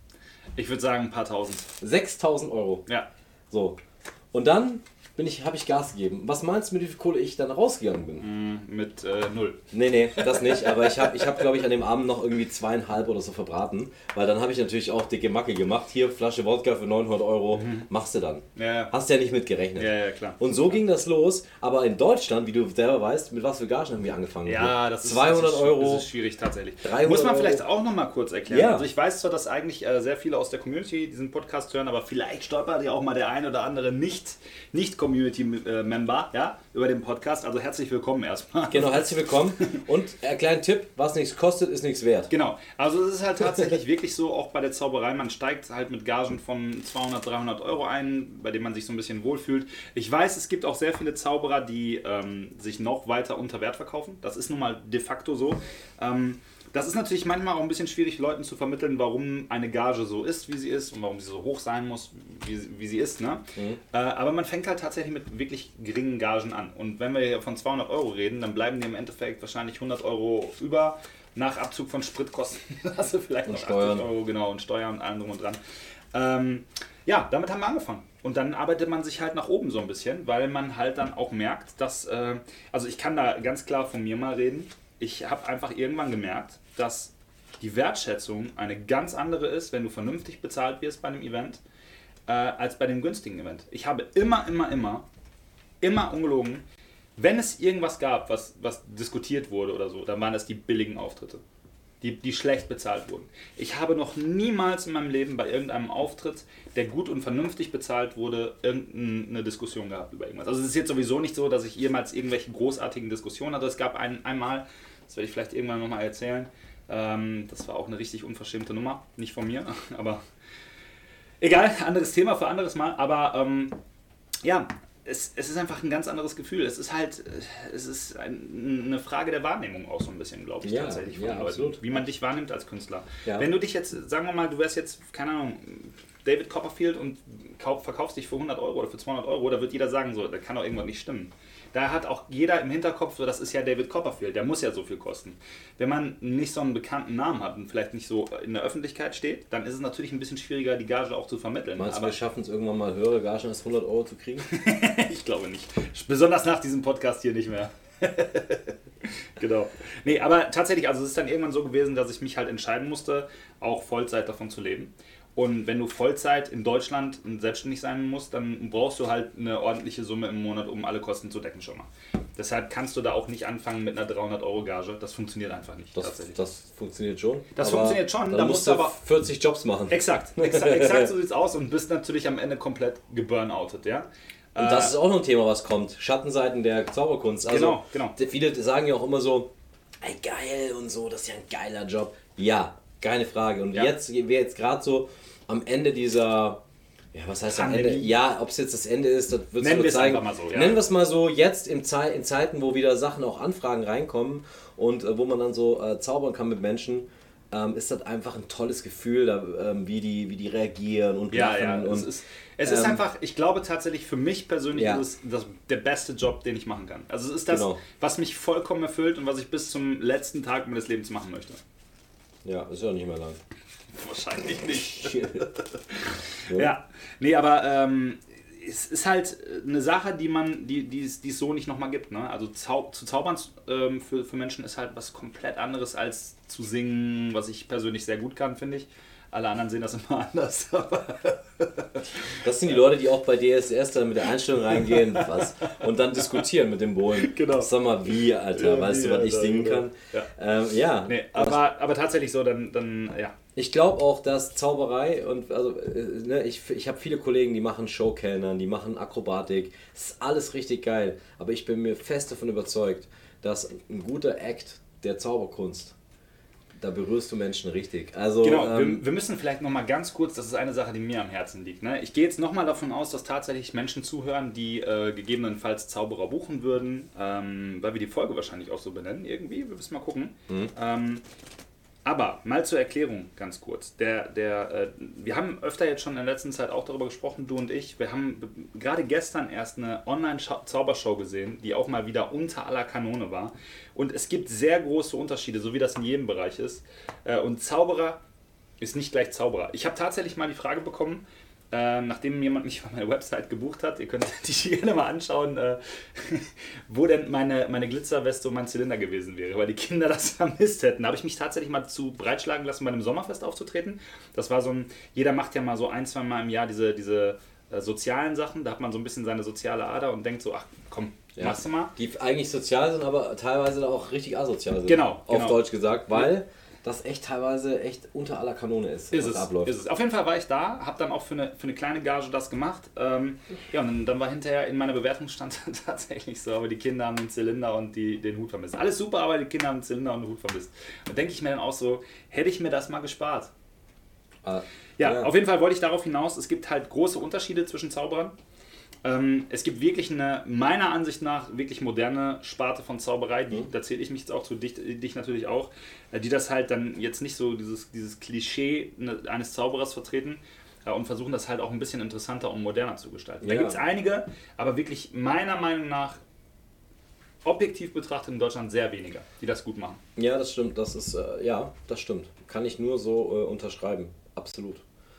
Ich würde sagen ein paar tausend. sechstausend Euro. Ja. So. Und dann bin ich, habe ich Gas gegeben. Was meinst du, mit wie viel Kohle ich dann rausgegangen bin? Mm, mit äh, null. Nee, nee, das nicht. Aber ich habe, ich hab, glaube ich, an dem Abend noch irgendwie zweieinhalb oder so verbraten. Weil dann habe ich natürlich auch dicke Macke gemacht. Hier, Flasche Wodka für neunhundert Euro. Mhm. Machst du dann. Ja, ja. Hast ja nicht mit gerechnet. Ja, ja, klar. Und so ging das los. Aber in Deutschland, wie du selber weißt, mit was für Gagen haben wir angefangen? Ja, das ist, zweihundert das ist, Euro. Das ist schwierig tatsächlich. dreihundert Muss man vielleicht Euro. auch noch mal kurz erklären. Ja. Also ich weiß zwar, dass eigentlich äh, sehr viele aus der Community diesen Podcast hören, aber vielleicht stolpert ja auch mal der ein oder andere nicht, nicht Community-Member ja, über den Podcast. Also herzlich willkommen erstmal. Genau, herzlich willkommen. Und ein kleiner Tipp, was nichts kostet, ist nichts wert. Genau, also es ist halt tatsächlich wirklich so, auch bei der Zauberei, man steigt halt mit Gagen von zweihundert, dreihundert Euro ein, bei denen man sich so ein bisschen wohlfühlt. Ich weiß, es gibt auch sehr viele Zauberer, die ähm, sich noch weiter unter Wert verkaufen. Das ist nun mal de facto so. Ähm, Das ist natürlich manchmal auch ein bisschen schwierig, Leuten zu vermitteln, warum eine Gage so ist, wie sie ist und warum sie so hoch sein muss, wie, wie sie ist. Ne? Mhm. Äh, aber man fängt halt tatsächlich mit wirklich geringen Gagen an. Und wenn wir hier von zweihundert Euro reden, dann bleiben dir im Endeffekt wahrscheinlich hundert Euro über, nach Abzug von Spritkosten. Hast du vielleicht und noch Steuern. achtzig Euro, genau, und Steuern und allem drum und dran. Ähm, ja, damit haben wir angefangen. Und dann arbeitet man sich halt nach oben so ein bisschen, weil man halt dann auch merkt, dass, äh, also ich kann da ganz klar von mir mal reden, ich habe einfach irgendwann gemerkt, dass die Wertschätzung eine ganz andere ist, wenn du vernünftig bezahlt wirst bei einem Event, äh, als bei dem günstigen Event. Ich habe immer, immer, immer, immer ungelogen, wenn es irgendwas gab, was, was diskutiert wurde oder so, dann waren das die billigen Auftritte, die, die schlecht bezahlt wurden. Ich habe noch niemals in meinem Leben bei irgendeinem Auftritt, der gut und vernünftig bezahlt wurde, irgendeine Diskussion gehabt über irgendwas. Also es ist jetzt sowieso nicht so, dass ich jemals irgendwelche großartigen Diskussionen hatte. Es gab ein, einmal, das werde ich vielleicht irgendwann nochmal erzählen, ähm, das war auch eine richtig unverschämte Nummer, nicht von mir, aber egal, anderes Thema für anderes Mal, aber ähm, ja, es, es ist einfach ein ganz anderes Gefühl. Es ist halt, es ist ein, eine Frage der Wahrnehmung auch so ein bisschen, glaube ich, ja, tatsächlich von ja, Leuten, absolut. wie man dich wahrnimmt als Künstler. Ja. Wenn du dich jetzt, sagen wir mal, du wärst jetzt, keine Ahnung, David Copperfield und kauf, verkaufst dich für hundert Euro oder für zweihundert Euro, da wird jeder sagen, so, da kann doch irgendwas nicht stimmen. Da hat auch jeder im Hinterkopf, so, das ist ja David Copperfield, der muss ja so viel kosten. Wenn man nicht so einen bekannten Namen hat und vielleicht nicht so in der Öffentlichkeit steht, dann ist es natürlich ein bisschen schwieriger, die Gage auch zu vermitteln. Meinst du, Aber wir schaffen es irgendwann mal höhere Gagen als hundert Euro zu kriegen? ich glaube nicht. Besonders nach diesem Podcast hier nicht mehr. Genau. Nee, aber tatsächlich, also es ist dann irgendwann so gewesen, dass ich mich halt entscheiden musste, auch Vollzeit davon zu leben. Und wenn du Vollzeit in Deutschland selbstständig sein musst, dann brauchst du halt eine ordentliche Summe im Monat, um alle Kosten zu decken schon mal. Deshalb kannst du da auch nicht anfangen mit einer dreihundert Euro Gage. Das funktioniert einfach nicht. Das, tatsächlich. das funktioniert schon. Das aber funktioniert schon, Dann da musst musst du du aber- vierzig Jobs machen. Exakt, exakt, exakt so sieht's aus und bist natürlich am Ende komplett geburnoutet, ja. Und das ist auch noch ein Thema, was kommt. Schattenseiten der Zauberkunst. Also, Genau, genau. Viele sagen ja auch immer so, ey, geil und so, das ist ja ein geiler Job. Ja, keine Frage. Und Ja. jetzt, wir jetzt gerade so am Ende dieser, ja, was heißt am Pandemie. Ende? Ja, ob es jetzt das Ende ist, das wird Nennen sich wir es zeigen. einfach mal so, ja. Nennen wir es mal so, jetzt im Zei- in Zeiten, wo wieder Sachen, auch Anfragen reinkommen und äh, wo man dann so äh, zaubern kann mit Menschen, ähm, ist das einfach ein tolles Gefühl, da, ähm, wie, die, wie die reagieren und Ja, lachen. ja, und, es ist, es ist ähm, einfach, ich glaube tatsächlich, für mich persönlich Ja. ist es das, der beste Job, den ich machen kann. Also es ist das, Genau. was mich vollkommen erfüllt und was ich bis zum letzten Tag meines Lebens machen möchte. Ja, ist ja nicht mehr lang. Wahrscheinlich nicht. Ja. Ja, nee, aber ähm, es ist halt eine Sache, die man, die, die, es, die es so nicht nochmal gibt. Ne? Also zau zu zaubern ähm, für, für Menschen ist halt was komplett anderes als zu singen, was ich persönlich sehr gut kann, finde ich. Alle anderen sehen das immer anders. Das sind die Leute, die auch bei D S S dann mit der Einstellung reingehen was, und dann diskutieren mit dem Bohlen. Genau. Sag mal, wie, Alter, Ja, weißt wie, du, was ich Alter, singen genau. kann? Ja. Ähm, ja. Nee, aber, aber tatsächlich so, dann, dann ja. Ich glaube auch, dass Zauberei und also äh, ne, ich, ich habe viele Kollegen, die machen Showkellnern, die machen Akrobatik, das ist alles richtig geil. Aber ich bin mir fest davon überzeugt, dass ein guter Act der Zauberkunst, da berührst du Menschen richtig. Also, Genau, ähm, wir, wir müssen vielleicht nochmal ganz kurz, das ist eine Sache, die mir am Herzen liegt. Ne? Ich gehe jetzt nochmal davon aus, dass tatsächlich Menschen zuhören, die äh, gegebenenfalls Zauberer buchen würden, ähm, weil wir die Folge wahrscheinlich auch so benennen irgendwie, wir müssen mal gucken. Mhm. Ähm, Aber mal zur Erklärung ganz kurz. Der, der, äh, wir haben öfter jetzt schon in der letzten Zeit auch darüber gesprochen, du und ich. Wir haben b- gerade gestern erst eine Online-Zaubershow gesehen, die auch mal wieder unter aller Kanone war. Und es gibt sehr große Unterschiede, so wie das in jedem Bereich ist. Äh, und Zauberer ist nicht gleich Zauberer. Ich habe tatsächlich mal die Frage bekommen, äh, nachdem jemand mich von meiner Website gebucht hat, ihr könnt die gerne mal anschauen, äh, wo denn meine, meine Glitzerweste und mein Zylinder gewesen wäre, weil die Kinder das vermisst hätten. Da habe ich mich tatsächlich mal zu breitschlagen lassen, bei einem Sommerfest aufzutreten. Das war so ein, jeder macht ja mal so ein, zwei Mal im Jahr diese, diese äh, sozialen Sachen, da hat man so ein bisschen seine soziale Ader und denkt so, ach komm, Ja. machst du mal. Die eigentlich sozial sind, aber teilweise auch richtig asozial sind. Genau, Auf genau. Deutsch gesagt, weil das echt teilweise echt unter aller Kanone ist, Ist was es, abläuft. ist es. Auf jeden Fall war ich da, habe dann auch für eine, für eine kleine Gage das gemacht. Ähm, ja, und dann, dann war hinterher in meiner Bewertung stand tatsächlich so, aber die Kinder haben den Zylinder und die, den Hut vermisst. Alles super, aber die Kinder haben den Zylinder und den Hut vermisst. Und denke ich mir dann auch so, hätte ich mir das mal gespart. Ah, Ja, ja. auf jeden Fall wollte ich darauf hinaus, es gibt halt große Unterschiede zwischen Zauberern. Ähm, es gibt wirklich eine, meiner Ansicht nach, wirklich moderne Sparte von Zauberei, die, Mhm. da zähle ich mich jetzt auch zu, dich, dich natürlich auch, äh, die das halt dann jetzt nicht so dieses, dieses Klischee ne- eines Zauberers vertreten äh, und versuchen das halt auch ein bisschen interessanter und moderner zu gestalten. Da Ja. gibt es einige, aber wirklich meiner Meinung nach objektiv betrachtet in Deutschland sehr wenige, die das gut machen. Ja, das stimmt. Das ist, äh, ja, das stimmt. Kann ich nur so äh, unterschreiben. Absolut.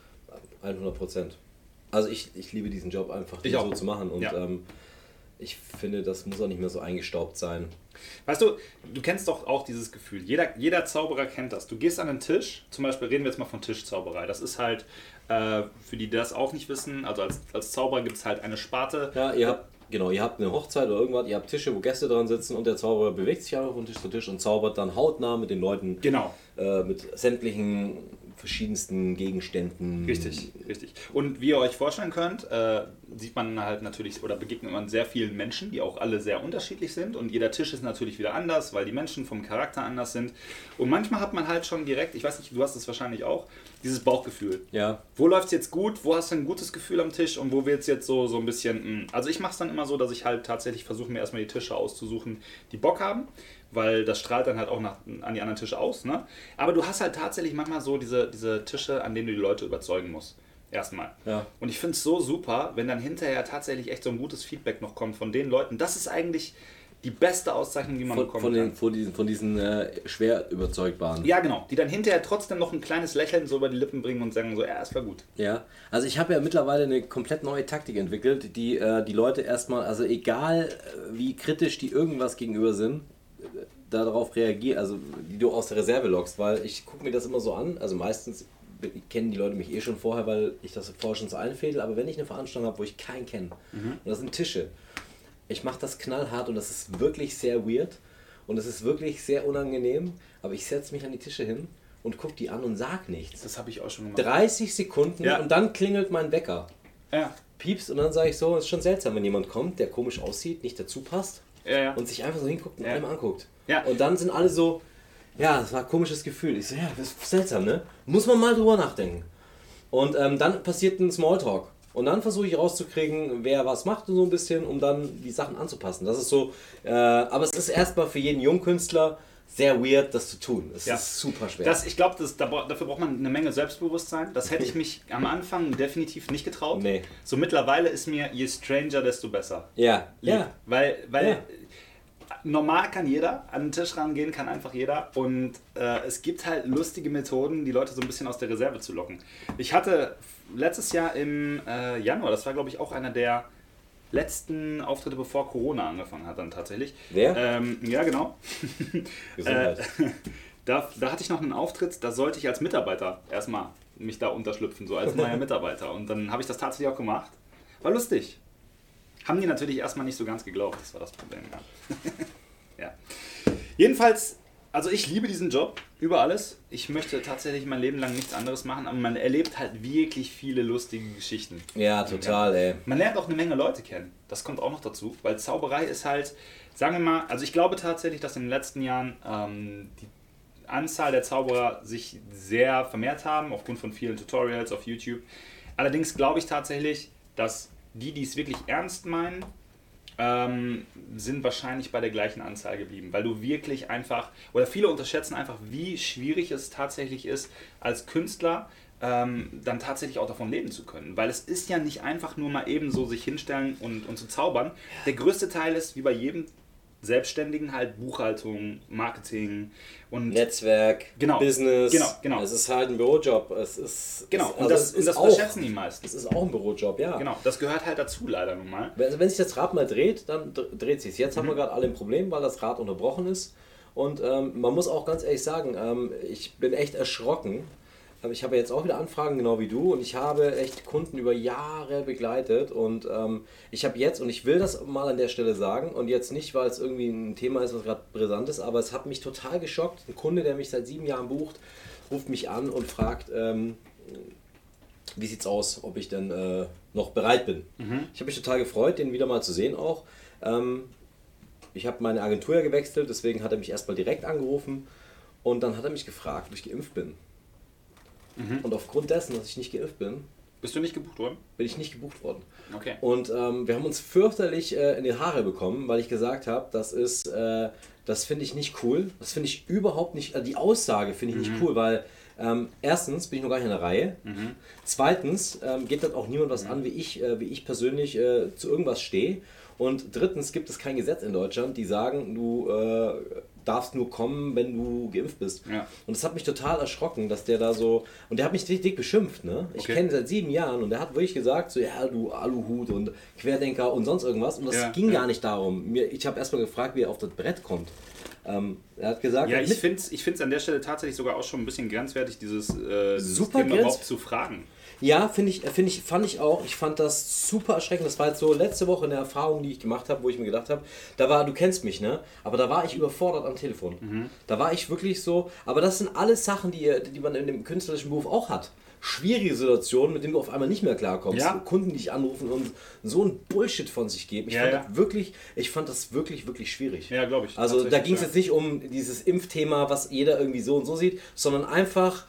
hundert Prozent. Also ich, ich liebe diesen Job einfach, den Ich auch. so zu machen. Und Ja. ähm, ich finde, das muss auch nicht mehr so eingestaubt sein. Weißt du, du kennst doch auch dieses Gefühl. Jeder, jeder Zauberer kennt das. Du gehst an einen Tisch, zum Beispiel reden wir jetzt mal von Tischzauberei. Das ist halt, äh, für die, die das auch nicht wissen, also als, als Zauberer gibt es halt eine Sparte. Ja, ihr habt, genau, ihr habt eine Hochzeit oder irgendwas, ihr habt Tische, wo Gäste dran sitzen und der Zauberer bewegt sich einfach von Tisch zu Tisch und zaubert dann hautnah mit den Leuten, Genau. äh, mit sämtlichen verschiedensten Gegenständen. Richtig, richtig. Und wie ihr euch vorstellen könnt, äh, sieht man halt natürlich oder begegnet man sehr vielen Menschen, die auch alle sehr unterschiedlich sind und jeder Tisch ist natürlich wieder anders, weil die Menschen vom Charakter anders sind. Und manchmal hat man halt schon direkt, ich weiß nicht, du hast es wahrscheinlich auch, dieses Bauchgefühl. Ja. Wo läuft es jetzt gut, wo hast du ein gutes Gefühl am Tisch und wo wird es jetzt so, so ein bisschen, mh. Also ich mache es dann immer so, dass ich halt tatsächlich versuche, mir erstmal die Tische auszusuchen, die Bock haben, weil das strahlt dann halt auch nach, an die anderen Tische aus. Ne? Aber du hast halt tatsächlich manchmal so diese, diese Tische, an denen du die Leute überzeugen musst. Erstmal. Ja. Und ich finde es so super, wenn dann hinterher tatsächlich echt so ein gutes Feedback noch kommt von den Leuten. Das ist eigentlich die beste Auszeichnung, die man Von, bekommen von, kann. den, von diesen, von diesen äh, schwer überzeugbaren. Ja, genau. Die dann hinterher trotzdem noch ein kleines Lächeln so über die Lippen bringen und sagen so, ja, es war gut. Ja, also ich habe ja mittlerweile eine komplett neue Taktik entwickelt, die äh, die Leute erstmal, also egal äh, wie kritisch die irgendwas gegenüber sind, äh, darauf reagieren, also die du aus der Reserve lockst, weil ich gucke mir das immer so an, also meistens kennen die Leute mich eh schon vorher, weil ich das vorher schon so einfädel, aber wenn ich eine Veranstaltung habe, wo ich keinen kenne, Mhm. und das sind Tische, ich mache das knallhart und das ist wirklich sehr weird und es ist wirklich sehr unangenehm, aber ich setze mich an die Tische hin und gucke die an und sag nichts. Das habe ich auch schon gemacht. dreißig Sekunden Ja. und dann klingelt mein Wecker. Ja, Piepst und dann sage ich so, es ist schon seltsam, wenn jemand kommt, der komisch aussieht, nicht dazu passt ja, ja. und sich einfach so hinguckt und Ja. einem anguckt. Ja. Und dann sind alle so, ja, das war ein komisches Gefühl. Ich so, ja, das ist seltsam, ne? Muss man mal drüber nachdenken. Und ähm, dann passiert ein Smalltalk. Und dann versuche ich rauszukriegen, wer was macht und so ein bisschen, um dann die Sachen anzupassen. Das ist so, äh, aber es ist erstmal für jeden Jungkünstler sehr weird, das zu tun. Es Ja. ist super schwer. Das, ich glaube, da, bra- dafür braucht man eine Menge Selbstbewusstsein. Das hätte ich mich am Anfang definitiv nicht getraut. Nee. So mittlerweile ist mir, je stranger, desto besser. ja, Lieb. ja. Weil, weil Ja. normal kann jeder, an den Tisch rangehen kann einfach jeder. Und äh, es gibt halt lustige Methoden, die Leute so ein bisschen aus der Reserve zu locken. Ich hatte letztes Jahr im äh, Januar, das war glaube ich auch einer der letzten Auftritte, bevor Corona angefangen hat dann tatsächlich. Wer? Ähm, ja, genau. Gesundheit. Äh, da, da hatte ich noch einen Auftritt, da sollte ich als Mitarbeiter erstmal mich da unterschlüpfen, so als neuer Mitarbeiter. Und dann habe ich das tatsächlich auch gemacht. War lustig. Haben die natürlich erstmal nicht so ganz geglaubt, das war das Problem. Ja. Ja. Jedenfalls, also ich liebe diesen Job über alles. Ich möchte tatsächlich mein Leben lang nichts anderes machen, aber man erlebt halt wirklich viele lustige Geschichten. Ja, total, ey. Man lernt auch eine Menge Leute kennen. Das kommt auch noch dazu, weil Zauberei ist halt, sagen wir mal, also ich glaube tatsächlich, dass in den letzten Jahren ähm, die Anzahl der Zauberer sich sehr vermehrt haben, aufgrund von vielen Tutorials auf YouTube. Allerdings glaube ich tatsächlich, dass die, die es wirklich ernst meinen, ähm, sind wahrscheinlich bei der gleichen Anzahl geblieben, weil du wirklich einfach, oder viele unterschätzen einfach, wie schwierig es tatsächlich ist, als Künstler ähm, dann tatsächlich auch davon leben zu können. Weil es ist ja nicht einfach nur mal eben so sich hinstellen und, und zu zaubern. Der größte Teil ist, wie bei jedem Selbstständigen, halt Buchhaltung, Marketing und Netzwerk, genau, Business. Genau, genau. Es ist halt ein Bürojob. Es ist, Genau, es, und also das, es und ist das auch, unterschätzen die meisten. Es ist auch ein Bürojob, ja. Genau, das gehört halt dazu leider nun mal. Also wenn sich das Rad mal dreht, dann dreht sich. Jetzt Mhm. haben wir gerade alle ein Problem, weil das Rad unterbrochen ist. Und ähm, man muss auch ganz ehrlich sagen, ähm, ich bin echt erschrocken. Ich habe jetzt auch wieder Anfragen, genau wie du, und ich habe echt Kunden über Jahre begleitet und ähm, ich habe jetzt, und ich will das mal an der Stelle sagen, und jetzt nicht, weil es irgendwie ein Thema ist, was gerade brisant ist, aber es hat mich total geschockt. Ein Kunde, der mich seit sieben Jahren bucht, ruft mich an und fragt, ähm, wie sieht's aus, ob ich denn äh, noch bereit bin. Mhm. Ich habe mich total gefreut, den wieder mal zu sehen auch. Ähm, ich habe meine Agentur ja gewechselt, deswegen hat er mich erstmal direkt angerufen und dann hat er mich gefragt, ob ich geimpft bin. Mhm. Und aufgrund dessen, dass ich nicht geimpft bin, Bist du nicht gebucht worden? bin ich nicht gebucht worden. Okay. Und ähm, wir haben uns fürchterlich äh, in die Haare bekommen, weil ich gesagt habe, das ist, äh, das finde ich nicht cool. Das finde ich überhaupt nicht, also die Aussage finde ich Mhm. nicht cool, weil ähm, erstens bin ich noch gar nicht in der Reihe. Mhm. Zweitens ähm, geht das auch niemand was an, wie ich, äh, wie ich persönlich äh, zu irgendwas stehe. Und drittens gibt es kein Gesetz in Deutschland, die sagen, du äh, darfst nur kommen, wenn du geimpft bist. Ja. Und das hat mich total erschrocken, dass der da so... Und der hat mich richtig dick beschimpft, ne? Ich Okay. kenne ihn seit sieben Jahren und der hat wirklich gesagt, so, ja, du Aluhut und Querdenker und sonst irgendwas. Und das Ja, ging ja. gar nicht darum. Mir, ich habe erstmal gefragt, wie er auf das Brett kommt. Ähm, er hat gesagt... Ja, er ich mit- finde es ich find's an der Stelle tatsächlich sogar auch schon ein bisschen grenzwertig, dieses, äh, dieses Super Thema grenz- überhaupt zu fragen. Ja, finde ich, finde ich, fand ich auch. Ich fand das super erschreckend. Das war jetzt so letzte Woche eine Erfahrung, die ich gemacht habe, wo ich mir gedacht habe, da war, du kennst mich, ne? Aber da war ich überfordert am Telefon. Mhm. Da war ich wirklich so. Aber das sind alles Sachen, die, die man in dem künstlerischen Beruf auch hat. Schwierige Situationen, mit denen du auf einmal nicht mehr klarkommst. Ja. Kunden, die dich anrufen und so ein Bullshit von sich geben. Ich, Ja, fand, ja. Das wirklich, ich fand das wirklich, wirklich schwierig. Ja, glaube ich. Also da Tatsächlich, ging es ja. jetzt nicht um dieses Impfthema, was jeder irgendwie so und so sieht, sondern einfach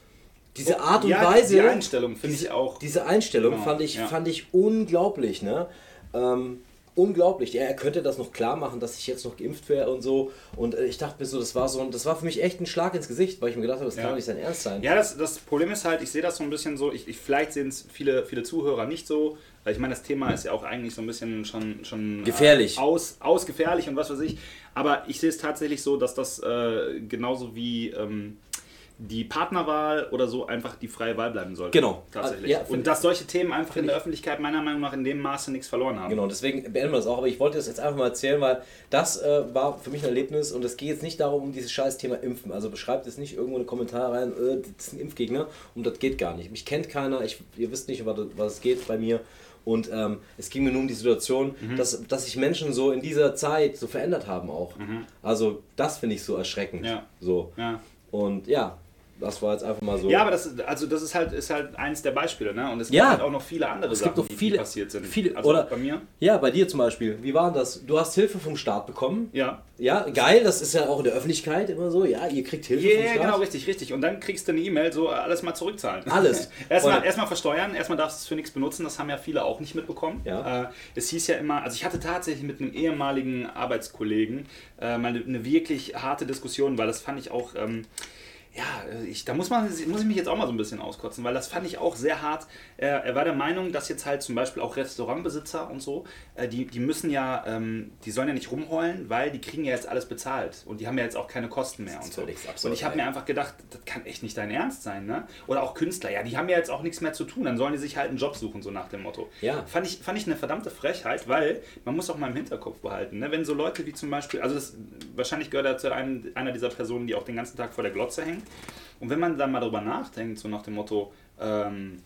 diese Art und ja, Weise. Die Einstellung finde ich auch. Diese Einstellung Genau, fand, ich, ja. fand ich unglaublich, ne? Ähm, unglaublich. Ja, er könnte das noch klar machen, dass ich jetzt noch geimpft wäre und so. Und äh, ich dachte mir so, das war so ein, das war für mich echt ein Schlag ins Gesicht, weil ich mir gedacht habe, das Ja. kann doch nicht sein Ernst sein. Ja, das, das Problem ist halt, ich sehe das so ein bisschen so, ich, ich, vielleicht sehen es viele, viele Zuhörer nicht so, weil ich meine, das Thema ist ja auch eigentlich so ein bisschen schon, schon Gefährlich. Äh, aus, ausgefährlich und was weiß ich. Aber ich sehe es tatsächlich so, dass das äh, genauso wie ähm, die Partnerwahl oder so einfach die freie Wahl bleiben sollte. Genau. Tatsächlich. Ja, find- und dass solche Themen einfach in find der ich- Öffentlichkeit meiner Meinung nach in dem Maße nichts verloren haben. Genau, deswegen beenden wir das auch. Aber ich wollte das jetzt einfach mal erzählen, weil das äh, war für mich ein Erlebnis und es geht jetzt nicht darum, um dieses scheiß Thema Impfen. Also beschreibt jetzt nicht irgendwo in den Kommentar rein, äh, das ist ein Impfgegner, und das geht gar nicht. Mich kennt keiner, ich, ihr wisst nicht, um was, was es geht bei mir. Und ähm, es ging mir nur um die Situation, Mhm. dass, dass sich Menschen so in dieser Zeit so verändert haben auch. Mhm. Also das finde ich so erschreckend. Ja. So. Ja. Und ja, das war jetzt einfach mal so. Ja, aber das, also das ist halt, ist halt eins der Beispiele, ne? Und es gibt Ja. halt auch noch viele andere Es Sachen, gibt noch die, viele- die passiert sind. viele- also oder- bei mir. Ja, bei dir zum Beispiel. Wie war das? Du hast Hilfe vom Staat bekommen. Ja. Ja, geil, das ist ja auch in der Öffentlichkeit immer so. Ja, ihr kriegt Hilfe Ja, vom yeah, Staat. genau, richtig, richtig. Und dann kriegst du eine E-Mail, so alles mal zurückzahlen. Alles. erstmal, Und- erstmal versteuern, erstmal darfst du es für nichts benutzen, das haben ja viele auch nicht mitbekommen. Ja. Äh, es hieß ja immer, also ich hatte tatsächlich mit einem ehemaligen Arbeitskollegen äh, mal eine, eine wirklich harte Diskussion, weil das fand ich auch. Ähm, Ja, ich, da muss, man, muss ich mich jetzt auch mal so ein bisschen auskotzen, weil das fand ich auch sehr hart. Er, er war der Meinung, dass jetzt halt zum Beispiel auch Restaurantbesitzer und so, äh, die, die müssen ja, ähm, die sollen ja nicht rumheulen, weil die kriegen ja jetzt alles bezahlt und die haben ja jetzt auch keine Kosten mehr Das und ist so. völlig absurd, Und ich habe ey. mir einfach gedacht, das kann echt nicht dein Ernst sein, ne? Oder auch Künstler, ja, die haben ja jetzt auch nichts mehr zu tun, dann sollen die sich halt einen Job suchen, so nach dem Motto. Ja. Fand ich, fand ich eine verdammte Frechheit, weil man muss auch mal im Hinterkopf behalten, ne? Wenn so Leute wie zum Beispiel, also das, wahrscheinlich gehört er zu einem, einer dieser Personen, die auch den ganzen Tag vor der Glotze hängen. Und wenn man dann mal darüber nachdenkt, so nach dem Motto, ähm,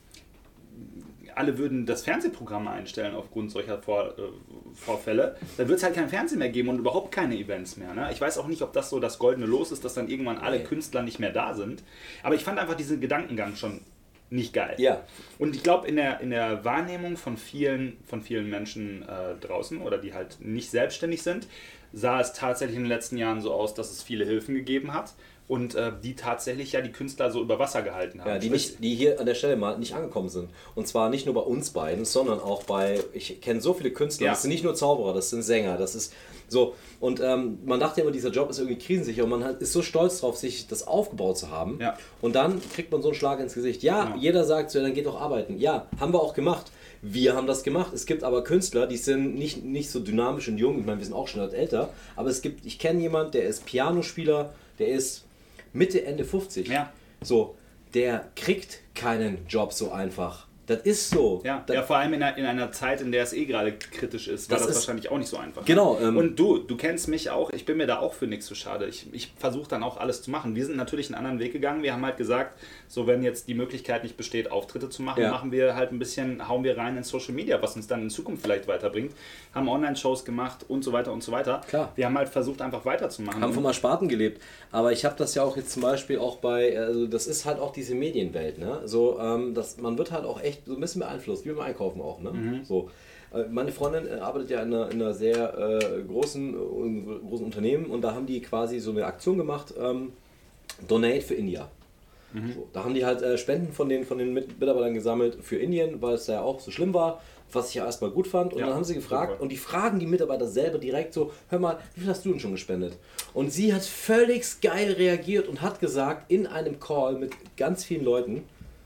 alle würden das Fernsehprogramm einstellen aufgrund solcher Vor, äh, Vorfälle, dann wird es halt kein Fernsehen mehr geben und überhaupt keine Events mehr. Ne? Ich weiß auch nicht, ob das so das goldene Los ist, dass dann irgendwann alle Nee. Künstler nicht mehr da sind. Aber ich fand einfach diesen Gedankengang schon nicht geil. Ja. Und ich glaube, in der, in der Wahrnehmung von vielen, von vielen Menschen äh, draußen oder die halt nicht selbstständig sind, sah es tatsächlich in den letzten Jahren so aus, dass es viele Hilfen gegeben hat. und äh, die tatsächlich ja die Künstler so über Wasser gehalten haben. Ja, die, nicht, die hier an der Stelle mal nicht angekommen sind. Und zwar nicht nur bei uns beiden, sondern auch bei, ich kenne so viele Künstler, Ja. das sind nicht nur Zauberer, das sind Sänger, das ist so. Und ähm, man dachte immer, dieser Job ist irgendwie krisensicher und man hat, ist so stolz drauf, sich das aufgebaut zu haben. Ja. Und dann kriegt man so einen Schlag ins Gesicht. Ja, Genau. jeder sagt so, ja, dann geht doch arbeiten. Ja, haben wir auch gemacht. Wir haben das gemacht. Es gibt aber Künstler, die sind nicht, nicht so dynamisch und jung. Ich meine, wir sind auch schon älter. Aber es gibt, ich kenne jemanden, der ist Pianospieler, der ist Mitte, Ende fünfzig. Ja. So, der kriegt keinen Job so einfach. Das ist so. Ja, das, ja, vor allem in einer, in einer Zeit, in der es eh gerade kritisch ist, war Das das, ist- wahrscheinlich auch nicht so einfach. Genau, ähm, Und du, du kennst mich auch, ich bin mir da auch für nichts zu schade. Ich, ich versuche dann auch alles zu machen. Wir sind natürlich einen anderen Weg gegangen. Wir haben halt gesagt, so wenn jetzt die Möglichkeit nicht besteht, Auftritte zu machen, Ja. machen wir halt ein bisschen, hauen wir rein in Social Media, was uns dann in Zukunft vielleicht weiterbringt. Haben Online-Shows gemacht und so weiter und so weiter. Klar. Wir haben halt versucht, einfach weiterzumachen. haben vom Ersparten gelebt. Aber ich habe das ja auch jetzt zum Beispiel auch bei, also das ist halt auch diese Medienwelt, ne? So, ähm, das, man wird halt auch echt so ein bisschen beeinflusst, wie beim Einkaufen auch, ne? Mhm. So. Äh, Meine Freundin äh, arbeitet ja in einer, in einer sehr äh, großen, äh, großen Unternehmen und da haben die quasi so eine Aktion gemacht, ähm, Donate für India. So, da haben die halt äh, Spenden von den, von den Mit- Mitarbeitern gesammelt für Indien, weil es da ja auch so schlimm war, was ich ja erstmal gut fand. Und Ja, dann haben sie gefragt, super. und die fragen die Mitarbeiter selber direkt so, hör mal, wie viel hast du denn schon gespendet? Und sie hat völlig geil reagiert und hat gesagt, in einem Call mit ganz vielen Leuten,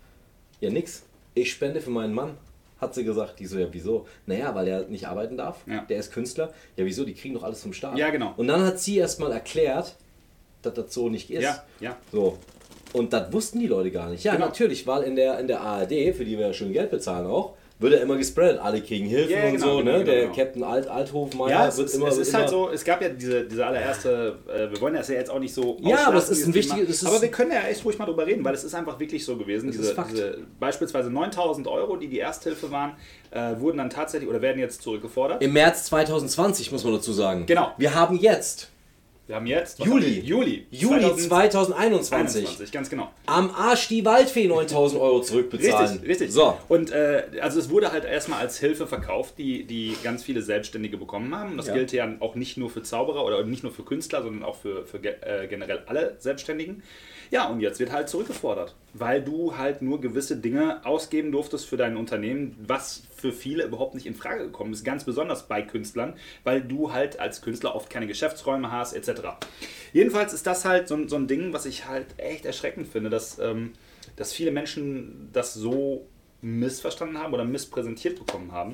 ja nix, ich spende für meinen Mann. Hat sie gesagt, die so, ja wieso? Naja, weil er nicht arbeiten darf, Ja. der ist Künstler. Ja wieso, die kriegen doch alles vom Staat. Ja, genau. Und dann hat sie erstmal erklärt, dass das so nicht ist. Ja, ja. So. Und das wussten die Leute gar nicht. Ja, Genau. natürlich, weil in der, in der A R D, für die wir ja schön Geld bezahlen auch, wird er immer gespreadet. Alle kriegen Hilfen Ja, ja, und genau, so. genau, ne? genau, der genau. Captain Alt, Althofmeier Ja, es, wird ist, immer. es wird ist immer halt so, es gab ja diese, diese allererste, äh, wir wollen das ja jetzt auch nicht so Ja, aber es ausschlachten, ist ein dieses Thema. wichtiges- es ist- aber wir können ja echt ruhig mal drüber reden, weil es ist einfach wirklich so gewesen. Es Diese, ist Fakt. diese beispielsweise neuntausend Euro, die die Ersthilfe waren, äh, wurden dann tatsächlich oder werden jetzt zurückgefordert. Im März zwanzig zwanzig, muss man dazu sagen. Genau. Wir haben jetzt, Wir haben jetzt was Juli. haben wir? Juli. Juli zweitausendeinundzwanzig, zweitausendeinundzwanzig, ganz genau. am Arsch die Waldfee neuntausend Euro zurückbezahlen. Richtig, richtig. So. Und äh, also es wurde halt erstmal als Hilfe verkauft, die, die ganz viele Selbstständige bekommen haben. Und das Ja. gilt ja auch nicht nur für Zauberer oder nicht nur für Künstler, sondern auch für, für ge- äh, generell alle Selbstständigen. Ja, und jetzt wird halt zurückgefordert, weil du halt nur gewisse Dinge ausgeben durftest für dein Unternehmen, was für viele überhaupt nicht in Frage gekommen ist, ganz besonders bei Künstlern, weil du halt als Künstler oft keine Geschäftsräume hast, et cetera. Jedenfalls ist das halt so, ein- so ein Ding, was ich halt echt erschreckend finde, dass, ähm, dass viele Menschen das so missverstanden haben oder misspräsentiert bekommen haben.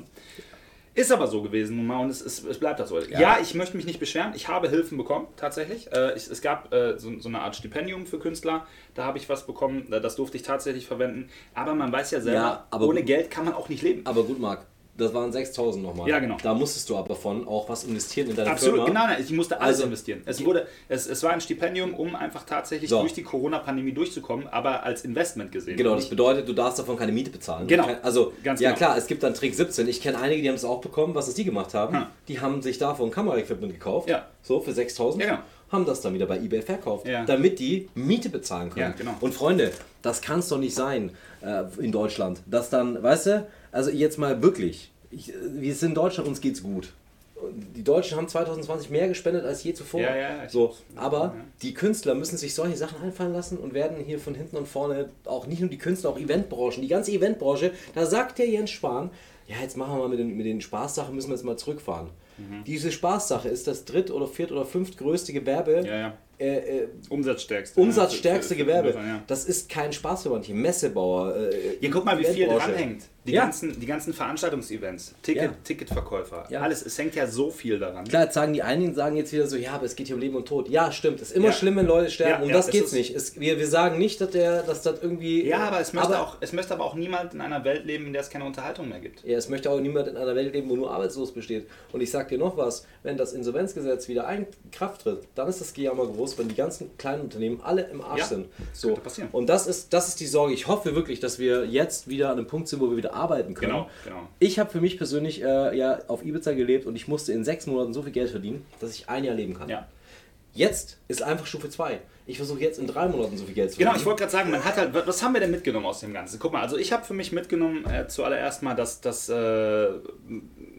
Ist aber so gewesen nun mal und es, es, es bleibt das so. Ja. ja, ich möchte mich nicht beschweren. Ich habe Hilfen bekommen, tatsächlich. Äh, ich, es gab äh, so, so eine Art Stipendium für Künstler. Da habe ich was bekommen. äh, Das durfte ich tatsächlich verwenden. Aber man weiß ja selber, Ja, aber ohne gut. Geld kann man auch nicht leben. Aber gut, Marc, das waren sechstausend nochmal. Ja, genau. Da musstest du aber davon auch was investieren in deine Absolut, Firma. genau. nein, Ich musste alles Also, investieren. Es, wurde, es, es war ein Stipendium, um einfach tatsächlich So. durch die Corona-Pandemie durchzukommen, aber als Investment gesehen. Genau, Und das nicht- bedeutet, du darfst davon keine Miete bezahlen. Genau. Kein- Also, Ganz ja genau. klar, es gibt dann Trick siebzehn. Ich kenne einige, die haben es auch bekommen. Was ist die gemacht haben? Hm. Die haben sich davon Kameraequipment gekauft. Ja. So, für sechstausend. Ja, genau. Haben das dann wieder bei eBay verkauft, Ja. damit die Miete bezahlen können. Ja, genau. Und Freunde, das kann es doch nicht sein äh, in Deutschland, dass dann, weißt du, also jetzt mal wirklich, ich, wir sind in Deutschland, uns geht's gut. Die Deutschen haben zwanzig zwanzig mehr gespendet als je zuvor. Ja, ja, ich so, hab's- aber ja. die Künstler müssen sich solche Sachen einfallen lassen und werden hier von hinten und vorne, auch nicht nur die Künstler, auch Eventbranchen, die ganze Eventbranche, da sagt der Jens Spahn, ja, jetzt machen wir mal mit den, mit den Spaßsachen, müssen wir jetzt mal zurückfahren. Mhm. Diese Spaßsache ist das dritt- oder viert- oder fünftgrößte Gewerbe, Ja, ja. äh, äh, Umsatzstärkste. umsatzstärkste Ja, für- für- Gewerbe. für- ja. Das ist kein Spaß für manche. Messebauer. Äh, Ja, guck mal, wie viel Eventbranche. dranhängt. Die, Ja. ganzen, die ganzen Veranstaltungsevents, Ticket, Ja. Ticketverkäufer, Ja. alles, es hängt ja so viel daran. Klar, jetzt sagen die einigen sagen jetzt wieder so, ja, aber es geht hier um Leben und Tod. Ja, stimmt. Es ist immer Ja. schlimm, wenn Leute sterben. Ja, um ja, das es geht's ist- nicht. Es, wir, wir sagen nicht, dass, der, dass das irgendwie... Ja, aber es, möchte aber, auch, es möchte aber auch niemand in einer Welt leben, in der es keine Unterhaltung mehr gibt. Ja, es möchte auch niemand in einer Welt leben, wo nur arbeitslos besteht. Und ich sag dir noch was, wenn das Insolvenzgesetz wieder in Kraft tritt, dann ist das Gejammer groß, wenn die ganzen kleinen Unternehmen alle im Arsch Ja, sind. das So. könnte passieren. Und das ist, das ist die Sorge. Ich hoffe wirklich, dass wir jetzt wieder an einem Punkt sind, wo wir wieder arbeiten können. Genau, genau. Ich habe für mich persönlich äh, ja auf Ibiza gelebt und ich musste in sechs Monaten so viel Geld verdienen, dass ich ein Jahr leben kann. Ja. Jetzt ist einfach Stufe zwei. Ich versuche jetzt in drei Monaten so viel Geld zu Genau, verdienen. ich wollte gerade sagen, man hat halt, was haben wir denn mitgenommen aus dem Ganzen? Guck mal, also ich habe für mich mitgenommen, äh, zuallererst mal, dass, dass äh,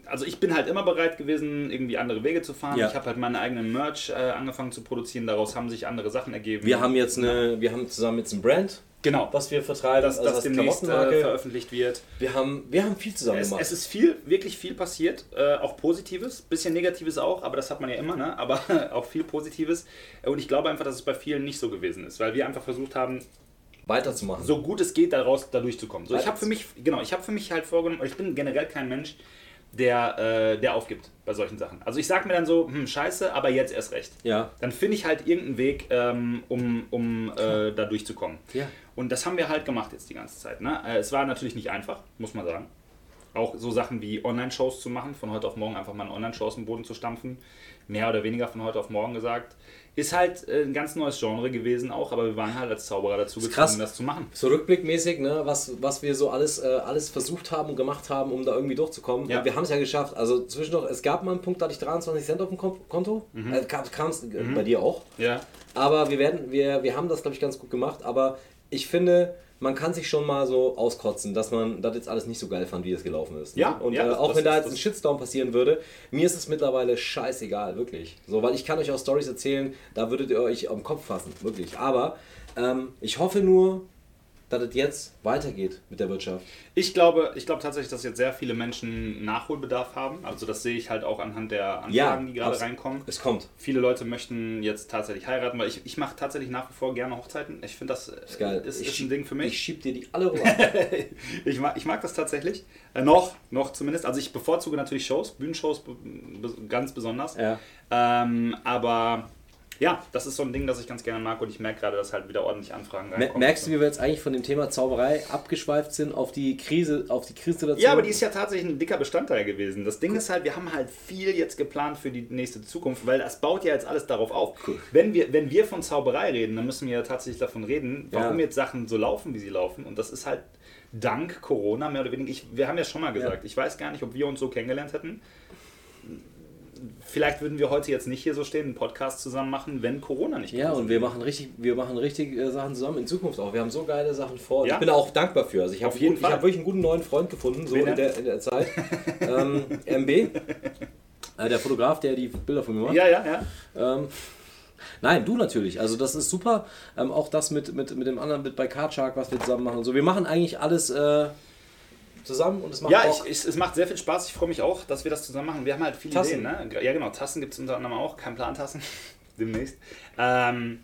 also ich bin halt immer bereit gewesen, irgendwie andere Wege zu fahren. Ja. Ich habe halt meine eigenen Merch äh, angefangen zu produzieren, daraus haben sich andere Sachen ergeben. Wir haben jetzt eine, wir haben zusammen jetzt ein Brand, genau, was wir vertreiben, das, das heißt demnächst äh, Klamottenmarke. veröffentlicht wird. Wir haben, wir haben viel zusammen Es, gemacht. es ist viel, wirklich viel passiert, äh, auch Positives, bisschen Negatives auch, aber das hat man ja immer, ne? Aber auch viel Positives. Und ich glaube einfach, dass es bei vielen nicht so gewesen ist, weil wir einfach versucht haben, weiterzumachen. so gut es geht, daraus da durchzukommen. So, ich Weiter- habe für mich, genau, ich habe für mich halt vorgenommen, ich bin generell kein Mensch, der, äh, der aufgibt bei solchen Sachen. Also ich sage mir dann so, hm, scheiße, aber jetzt erst recht. Ja. Dann finde ich halt irgendeinen Weg, ähm, um, um äh, da durchzukommen. Ja. Und das haben wir halt gemacht jetzt die ganze Zeit. Ne? Äh, es war natürlich nicht einfach, muss man sagen. Auch so Sachen wie Online-Shows zu machen, von heute auf morgen einfach mal eine Online-Show aus dem Boden zu stampfen, mehr oder weniger von heute auf morgen gesagt, ist halt äh, ein ganz neues Genre gewesen auch, aber wir waren halt als Zauberer dazu ist krass. gezwungen, das zu machen. So rückblickmäßig, ne, was, was wir so alles, äh, alles versucht haben und gemacht haben, um da irgendwie durchzukommen. Ja. Und wir haben es ja geschafft. Also zwischendurch, es gab mal einen Punkt, da hatte ich dreiundzwanzig Cent auf dem Kon- Konto. Mhm. Äh, kam es Mhm. bei dir auch. Ja. Aber wir werden, wir, wir haben das, glaube ich, ganz gut gemacht. Aber ich finde, man kann sich schon mal so auskotzen, dass man das jetzt alles nicht so geil fand, wie es gelaufen ist. Ne? Ja, und ja, äh, das- auch das wenn da ist- jetzt das- ein Shitstorm passieren würde, mir ist es mittlerweile scheißegal, wirklich. So, weil ich kann euch auch Storys erzählen, da würdet ihr euch am Kopf fassen, wirklich. Aber ähm, ich hoffe nur, dass es jetzt weitergeht mit der Wirtschaft. Ich glaube, ich glaube tatsächlich, dass jetzt sehr viele Menschen Nachholbedarf haben. Also das sehe ich halt auch anhand der Anfragen, die gerade abs- reinkommen. Es kommt. Viele Leute möchten jetzt tatsächlich heiraten, weil ich, ich mache tatsächlich nach wie vor gerne Hochzeiten. Ich finde, das Ist geil. ist, ich ist ein schieb- Ding für mich. Ich schieb dir die alle rüber. Ich mag, ich mag das tatsächlich. Äh, noch, noch zumindest. Also ich bevorzuge natürlich Shows, Bühnenshows be- be- ganz besonders. Ja. Ähm, aber ja, das ist so ein Ding, das ich ganz gerne mag und ich merke gerade, dass halt wieder ordentlich Anfragen Mer- reinkommen. Merkst du, wie wir jetzt eigentlich von dem Thema Zauberei abgeschweift sind auf die Krise, auf die Krisensituation? Ja, aber die ist ja tatsächlich ein dicker Bestandteil gewesen. Das Ding ist halt, wir haben halt viel jetzt geplant für die nächste Zukunft, weil das baut ja jetzt alles darauf auf. Cool. Wenn wir, wenn wir von Zauberei reden, dann müssen wir ja tatsächlich davon reden, warum Ja. jetzt Sachen so laufen, wie sie laufen. Und das ist halt dank Corona mehr oder weniger. Ich, wir haben ja schon mal gesagt, Ja. ich weiß gar nicht, ob wir uns so kennengelernt hätten. Vielleicht würden wir heute jetzt nicht hier so stehen, einen Podcast zusammen machen, wenn Corona nicht Ja, gewesen und wir machen richtig, wir machen richtig äh, Sachen zusammen in Zukunft auch. Wir haben so geile Sachen vor. Und Ja. Ich bin da auch dankbar für. Also ich habe Auf jeden gut, Fall. ich hab wirklich einen guten neuen Freund gefunden, so Wen in denn? der, in der Zeit. ähm, M B, äh, der Fotograf, der die Bilder von mir macht. Ja, ja, ja. Ähm, nein, du natürlich. Also das ist super. Ähm, auch das mit, mit, mit dem anderen, mit bei Cardshark, was wir zusammen machen. So, wir machen eigentlich alles äh, zusammen und es macht Ja, Bock. ich, ich, es macht sehr viel Spaß. Ich freue mich auch, dass wir das zusammen machen. Wir haben halt viele Tassen. Ideen. Ne? Ja, genau. Tassen gibt es unter anderem auch. Kein Plan-Tassen. Demnächst. Ähm,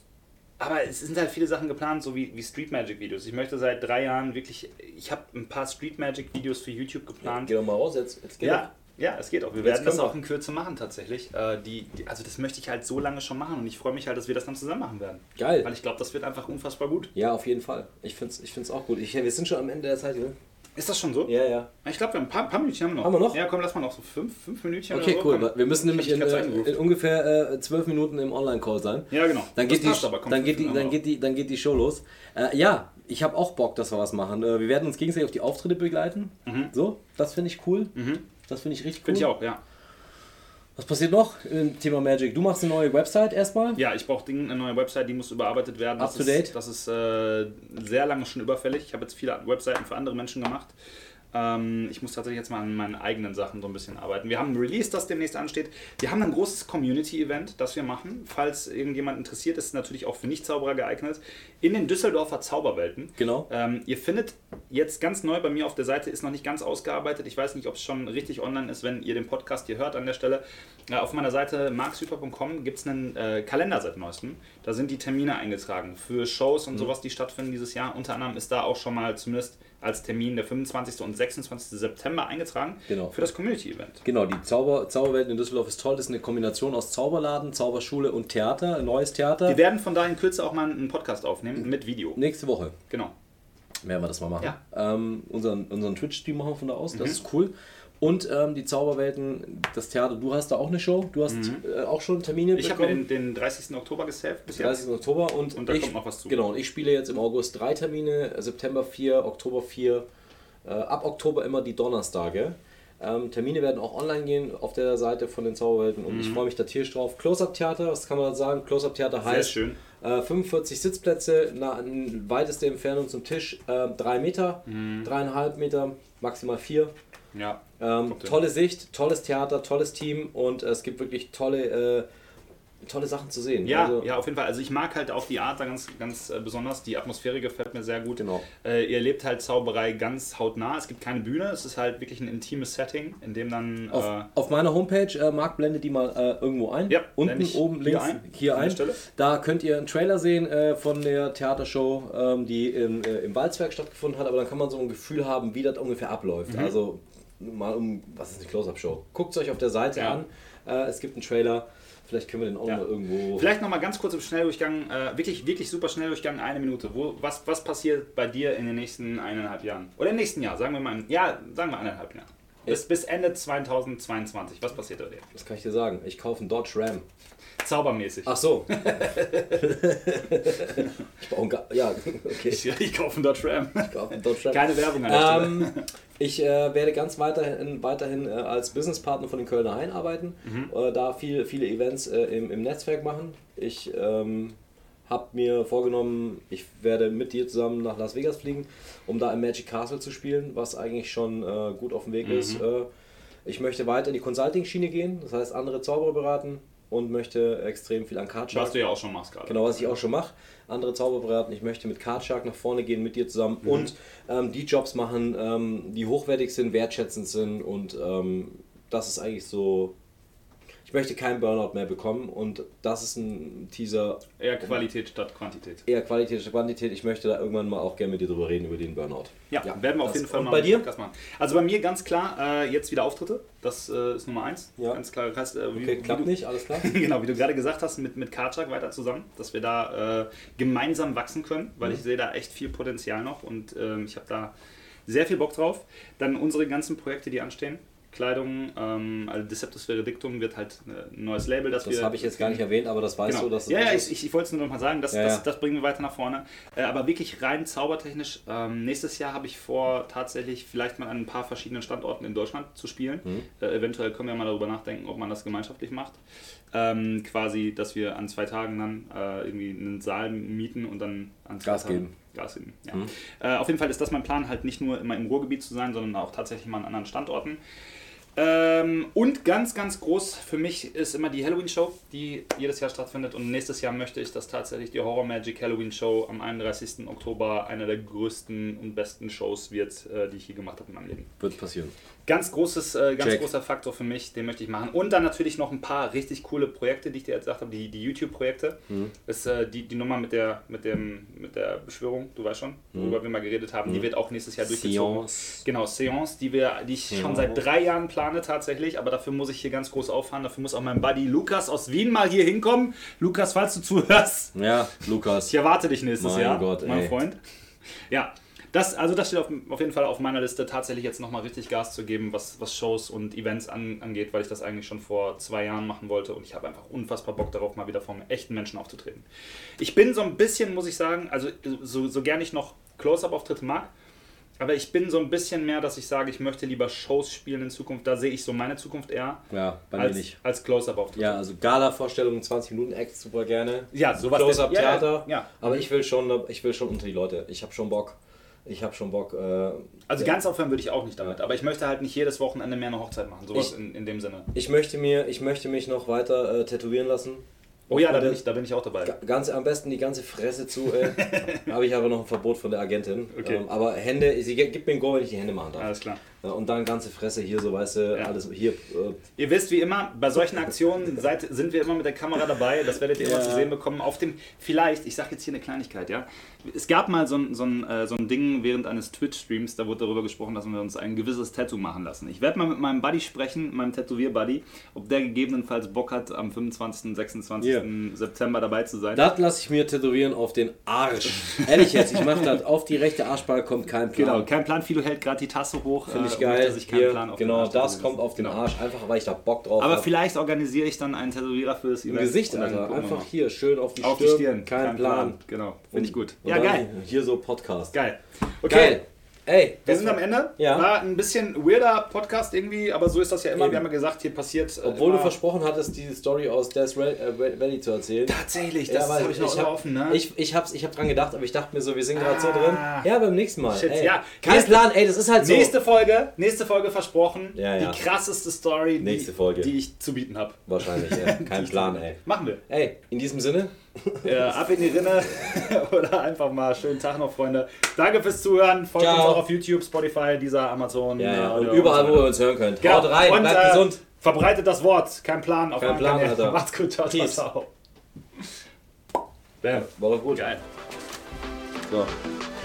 aber es sind halt viele Sachen geplant, so wie, wie Street Magic Videos. Ich möchte seit drei Jahren wirklich, ich habe ein paar Street Magic Videos für YouTube geplant. Geh doch mal raus jetzt. jetzt geh Ja, ja, es geht auch. Wir Jetzt werden das können wir. auch in Kürze machen tatsächlich. Äh, die, die, also das möchte ich halt so lange schon machen und ich freue mich halt, dass wir das dann zusammen machen werden. doch. Geil. Weil ich glaube, das wird einfach unfassbar gut. Ja, auf jeden Fall. Ich finde es ich find's auch gut. Ich, wir sind schon am Ende der Zeit, ne? Ist das schon so? Ja, ja. Ich glaube, wir haben ein paar, paar Minütchen haben wir noch. Haben wir noch? Ja, komm, lass mal noch so fünf, fünf Minütchen Okay, oder so. cool. Komm. Wir müssen nämlich Ich in, hab die ganze Zeit äh, eingerufen. in ungefähr äh, zwölf Minuten im Online-Call sein. Ja, genau. Dann Das geht, die, passt aber. Komm, dann, geht die, fünf dann, Minuten geht die, dann geht die Show los. Äh, ja, ich habe auch Bock, dass wir was machen. Äh, wir werden uns gegenseitig auf die Auftritte begleiten. Mhm. So, das finde ich cool. Mhm. Das finde ich richtig cool. Finde ich auch, ja. Was passiert noch im Thema Magic? Du machst eine neue Website erstmal. Ja, ich brauche eine neue Website, die muss überarbeitet werden. Up Das to ist, date? Das ist äh, sehr lange schon überfällig. Ich habe jetzt viele Webseiten für andere Menschen gemacht. Ähm, ich muss tatsächlich jetzt mal an meinen eigenen Sachen so ein bisschen arbeiten. Wir haben ein Release, das demnächst ansteht. Wir haben ein großes Community-Event, das wir machen. Falls irgendjemand interessiert, ist es natürlich auch für Nicht-Zauberer geeignet. In den Düsseldorfer Zauberwelten. Genau. Ähm, ihr findet jetzt ganz neu bei mir auf der Seite, ist noch nicht ganz ausgearbeitet. Ich weiß nicht, ob es schon richtig online ist, wenn ihr den Podcast hier hört an der Stelle. Äh, auf meiner Seite markshüper punkt com gibt es einen äh, Kalender seit neuestem. Da sind die Termine eingetragen für Shows und Mhm. sowas, die stattfinden dieses Jahr. Unter anderem ist da auch schon mal zumindest als Termin der fünfundzwanzigste und sechsundzwanzigste September eingetragen Genau. für das Community-Event. Genau, die Zauber, Zauberwelt in Düsseldorf ist toll. Das ist eine Kombination aus Zauberladen, Zauberschule und Theater, ein neues Theater. Wir werden von daher in Kürze auch mal einen Podcast aufnehmen mit Video. Nächste Woche Genau. werden wir das mal machen. Ja. Ähm, unseren unseren Twitch-Stream machen wir von da aus, das Mhm. ist cool. Und ähm, die Zauberwelten, das Theater, du hast da auch eine Show, du hast äh, auch schon Termine Ich habe mir bekommen. den, den dreißigsten Oktober gesaved bis jetzt. dreißigsten Oktober und, Und da ich, kommt noch was zu. Genau, und ich spiele jetzt im August drei Termine, September vier, Oktober vier, äh, ab Oktober immer die Donnerstage. Ähm, Termine werden auch online gehen auf der Seite von den Zauberwelten und Mhm. ich freue mich da tierisch drauf. Close-Up-Theater, was kann man da sagen? Close-Up-Theater Sehr heißt schön. äh, fünfundvierzig Sitzplätze, na, in weiteste Entfernung zum Tisch, äh, drei Meter, Mhm. dreieinhalb Meter, maximal vier. Ja. Ähm, tolle Sicht, tolles Theater, tolles Team und es gibt wirklich tolle, äh, tolle Sachen zu sehen. Ja, also, ja, auf jeden Fall. Also ich mag halt auch die Art da ganz, ganz äh, besonders. Die Atmosphäre gefällt mir sehr gut. Genau. Äh, ihr erlebt halt Zauberei ganz hautnah. Es gibt keine Bühne. Es ist halt wirklich ein intimes Setting, in dem dann... Auf, äh, auf meiner Homepage, äh, Marc, blende die mal äh, irgendwo ein. Ja, unten, blende ich oben, hier links, ein, hier an der ein. Stelle. Da könnt ihr einen Trailer sehen äh, von der Theatershow, ähm, die im, äh, im Walzwerk stattgefunden hat. Aber dann kann man so ein Gefühl haben, wie das ungefähr abläuft. Mhm. Also mal um, was ist eine Close-Up-Show? Guckt es euch auf der Seite Ja. an. Äh, es gibt einen Trailer. Vielleicht können wir den auch Ja. mal irgendwo... Vielleicht nochmal ganz kurz im Schnelldurchgang, äh, wirklich, wirklich super Schnelldurchgang, eine Minute. Wo, was, was passiert bei dir in den nächsten eineinhalb Jahren? Oder im nächsten Jahr, sagen wir mal, ja, sagen wir eineinhalb Jahren. Bis, bis Ende zweitausendzweiundzwanzig, was passiert bei dir? Was kann ich dir sagen? Ich kaufe einen Dodge Ram. Zaubermäßig. Ach so. ich baue einen Ga ja, okay. Ich, ich kaufe einen Dodge Ram. Ich kaufe einen Dodge Ram. Keine Werbung an der Stelle. Ähm, ich äh, werde ganz weiterhin, weiterhin äh, als Businesspartner von den Kölner Hain arbeiten, Mhm. äh, da viel, viele Events äh, im, im Netzwerk machen. Ich ähm, habe mir vorgenommen, ich werde mit dir zusammen nach Las Vegas fliegen, um da im Magic Castle zu spielen, was eigentlich schon äh, gut auf dem Weg Mhm. ist. Äh, ich möchte weiter in die Consulting-Schiene gehen, das heißt andere Zauberer beraten und möchte extrem viel an Card Shark. Was du ja auch schon machst gerade. Genau, was ich auch schon mache. Andere Zauber beraten. Ich möchte mit Card Shark nach vorne gehen, mit dir zusammen Mhm. und ähm, die Jobs machen, ähm, die hochwertig sind, wertschätzend sind und ähm, das ist eigentlich so. Ich möchte keinen Burnout mehr bekommen und das ist ein Teaser. Eher Qualität statt Quantität. Eher Qualität statt Quantität. Ich möchte da irgendwann mal auch gerne mit dir drüber reden, über den Burnout. Ja, werden wir auf das- jeden Fall und mal bei dir? einen Podcast machen. Also bei mir ganz klar, äh, jetzt wieder Auftritte. Das äh, ist Nummer eins. Ja. Ganz klar. Hast, äh, wie, Okay, wie klappt du, nicht, alles klar. Genau, wie du gerade gesagt hast, mit, mit Karchak weiter zusammen, dass wir da äh, gemeinsam wachsen können, weil Mhm. ich sehe da echt viel Potenzial noch und ähm, ich habe da sehr viel Bock drauf. Dann unsere ganzen Projekte, die anstehen. Kleidung, ähm, also Deceptus Veredictum wird halt ein neues Label, das, Das wir... habe ich jetzt gar nicht erwähnt, aber das weißt Genau. du, dass das ja, ja, ist. ich, ich, ich wollte es nur noch mal sagen, das, Ja, das, ja. das bringen wir weiter nach vorne. Äh, aber wirklich rein zaubertechnisch, ähm, nächstes Jahr habe ich vor, tatsächlich vielleicht mal an ein paar verschiedenen Standorten in Deutschland zu spielen. Mhm. Äh, eventuell können wir mal darüber nachdenken, ob man das gemeinschaftlich macht. Ähm, quasi, dass wir an zwei Tagen dann äh, irgendwie einen Saal mieten und dann an zwei Gas Tagen geben. Gas geben. Ja. Mhm. Äh, auf jeden Fall ist das mein Plan, halt nicht nur immer im Ruhrgebiet zu sein, sondern auch tatsächlich mal an anderen Standorten. Ähm, und ganz, ganz groß für mich ist immer die Halloween-Show, die jedes Jahr stattfindet. Und nächstes Jahr möchte ich, dass tatsächlich die Horror Magic Halloween-Show am einunddreißigsten Oktober eine der größten und besten Shows wird, äh, die ich je gemacht habe in meinem Leben. Wird passieren. Ganz, großes, äh, ganz Check. großer Faktor für mich, den möchte ich machen. Und dann natürlich noch ein paar richtig coole Projekte, die ich dir jetzt gesagt habe, die, die YouTube-Projekte. Mhm. Das ist äh, die, die Nummer mit der, mit, dem, mit der Beschwörung, du weißt schon, worüber wir mal geredet haben, die wird auch nächstes Jahr durchgezogen. Seance. Genau, Seance, die, wir, die ich schon seit drei Jahren plane tatsächlich, aber dafür muss ich hier ganz groß auffahren. Dafür muss auch mein Buddy Lukas aus Wien mal hier hinkommen. Lukas, falls du zuhörst, Ja, Lukas. ich erwarte dich nächstes Mein Jahr, Gott, mein ey. Freund. Ja, das, also das steht auf, auf jeden Fall auf meiner Liste, tatsächlich jetzt nochmal richtig Gas zu geben, was, was Shows und Events an, angeht, weil ich das eigentlich schon vor zwei Jahren machen wollte und ich habe einfach unfassbar Bock darauf, mal wieder vor echten Menschen aufzutreten. Ich bin so ein bisschen, muss ich sagen, also so, so gern ich noch Close-Up-Auftritte mag, aber ich bin so ein bisschen mehr, dass ich sage, ich möchte lieber Shows spielen in Zukunft, da sehe ich so meine Zukunft eher Ja, bei mir als, nicht. als Close-Up-Auftritte. Ja, also Gala-Vorstellungen, zwanzig Minuten Act, super gerne. Ja, sowas. Close-Up-Theater. Ja, ja. Aber ich will schon, ich will schon unter die Leute. Ich habe schon Bock. Ich habe schon Bock. Äh, Also ja. ganz aufhören würde ich auch nicht damit, aber ich möchte halt nicht jedes Wochenende mehr eine Hochzeit machen, sowas Ich- in, in dem Sinne. Ich möchte mir, ich möchte mich noch weiter äh, tätowieren lassen. Oh ja, da Und bin ich, da bin ich auch dabei. Ga- Ganz, am besten die ganze Fresse zu. Äh, habe ich aber noch ein Verbot von der Agentin. Okay. Ähm, aber Hände, sie gibt mir ein Go, wenn ich die Hände machen darf. Alles klar. Ja, und dann ganze Fresse hier, so weißt du, Ja. alles hier. Äh, Ihr wisst, wie immer, bei solchen Aktionen seid, sind wir immer mit der Kamera dabei. Das werdet ihr Ja. immer zu sehen bekommen. Auf dem, vielleicht, ich sage jetzt hier eine Kleinigkeit, ja. Es gab mal so ein, so ein, äh, so ein Ding während eines Twitch-Streams, da wurde darüber gesprochen, dass wir uns ein gewisses Tattoo machen lassen. Ich werde mal mit meinem Buddy sprechen, meinem Tätowier-Buddy, ob der gegebenenfalls Bock hat, am fünfundzwanzigsten, sechsundzwanzigsten September dabei zu sein. das lasse ich mir tätowieren auf den Arsch. Ehrlich jetzt, ich mache das. Auf die rechte Arschbacke kommt kein Plan. Genau, kein Plan. Philo hält gerade die Tasse hoch. Finde ich äh, geil. möchte sich keinen Hier, Plan auf den genau, Arsch das tätowieren kommt lassen. auf den Genau. Arsch, einfach weil ich da Bock drauf Aber habe. vielleicht organisiere ich dann einen Tätowierer für das Im Event. Gesicht, und dann Alter. gucken wir Einfach mal. hier, schön auf die Auf die Stirn. Stirn. Kein, Plan. Genau, finde ich gut. Und Ja, dann geil. Hier so Podcast. Geil. Okay. Geil. Ey, Wir das sind war- am Ende. Ja. War ein bisschen weirder Podcast irgendwie, aber so ist das ja immer. Eben. Wir haben ja gesagt, hier passiert. äh, Obwohl immer du versprochen hattest, die Story aus Death Ra- äh, Valley zu erzählen. Tatsächlich, Ja, das weil habe ich noch immer hab, offen, ne? Ich, ich, hab's, ich hab dran gedacht, aber ich dachte mir so, wir sind gerade so Ah. drin. Ja, beim nächsten Mal. Shit, ey. ja. Kein Nächste- Plan, ey, das ist halt so. Nächste Folge, nächste Folge versprochen. Ja, ja. Die krasseste Story, Nächste die, Folge. die ich zu bieten habe. Wahrscheinlich, ja. Kein Plan, ey. Machen wir. Ey, in diesem Sinne, Äh, ab in die Rinne oder einfach mal schönen Tag noch, Freunde. Danke fürs Zuhören. Folgt Ciao. uns auch auf YouTube, Spotify, dieser Amazon. ja, ja. äh, Und oder überall, so. wo ihr uns hören könnt. Genau. Haut rein, Und, bleibt äh, gesund. Verbreitet das Wort. Kein Plan auf Kein meinem Plan, Kanal. Alter. Macht's gut. Ciao, ciao, Peace. ciao. Bam. War doch gut. Geil. So.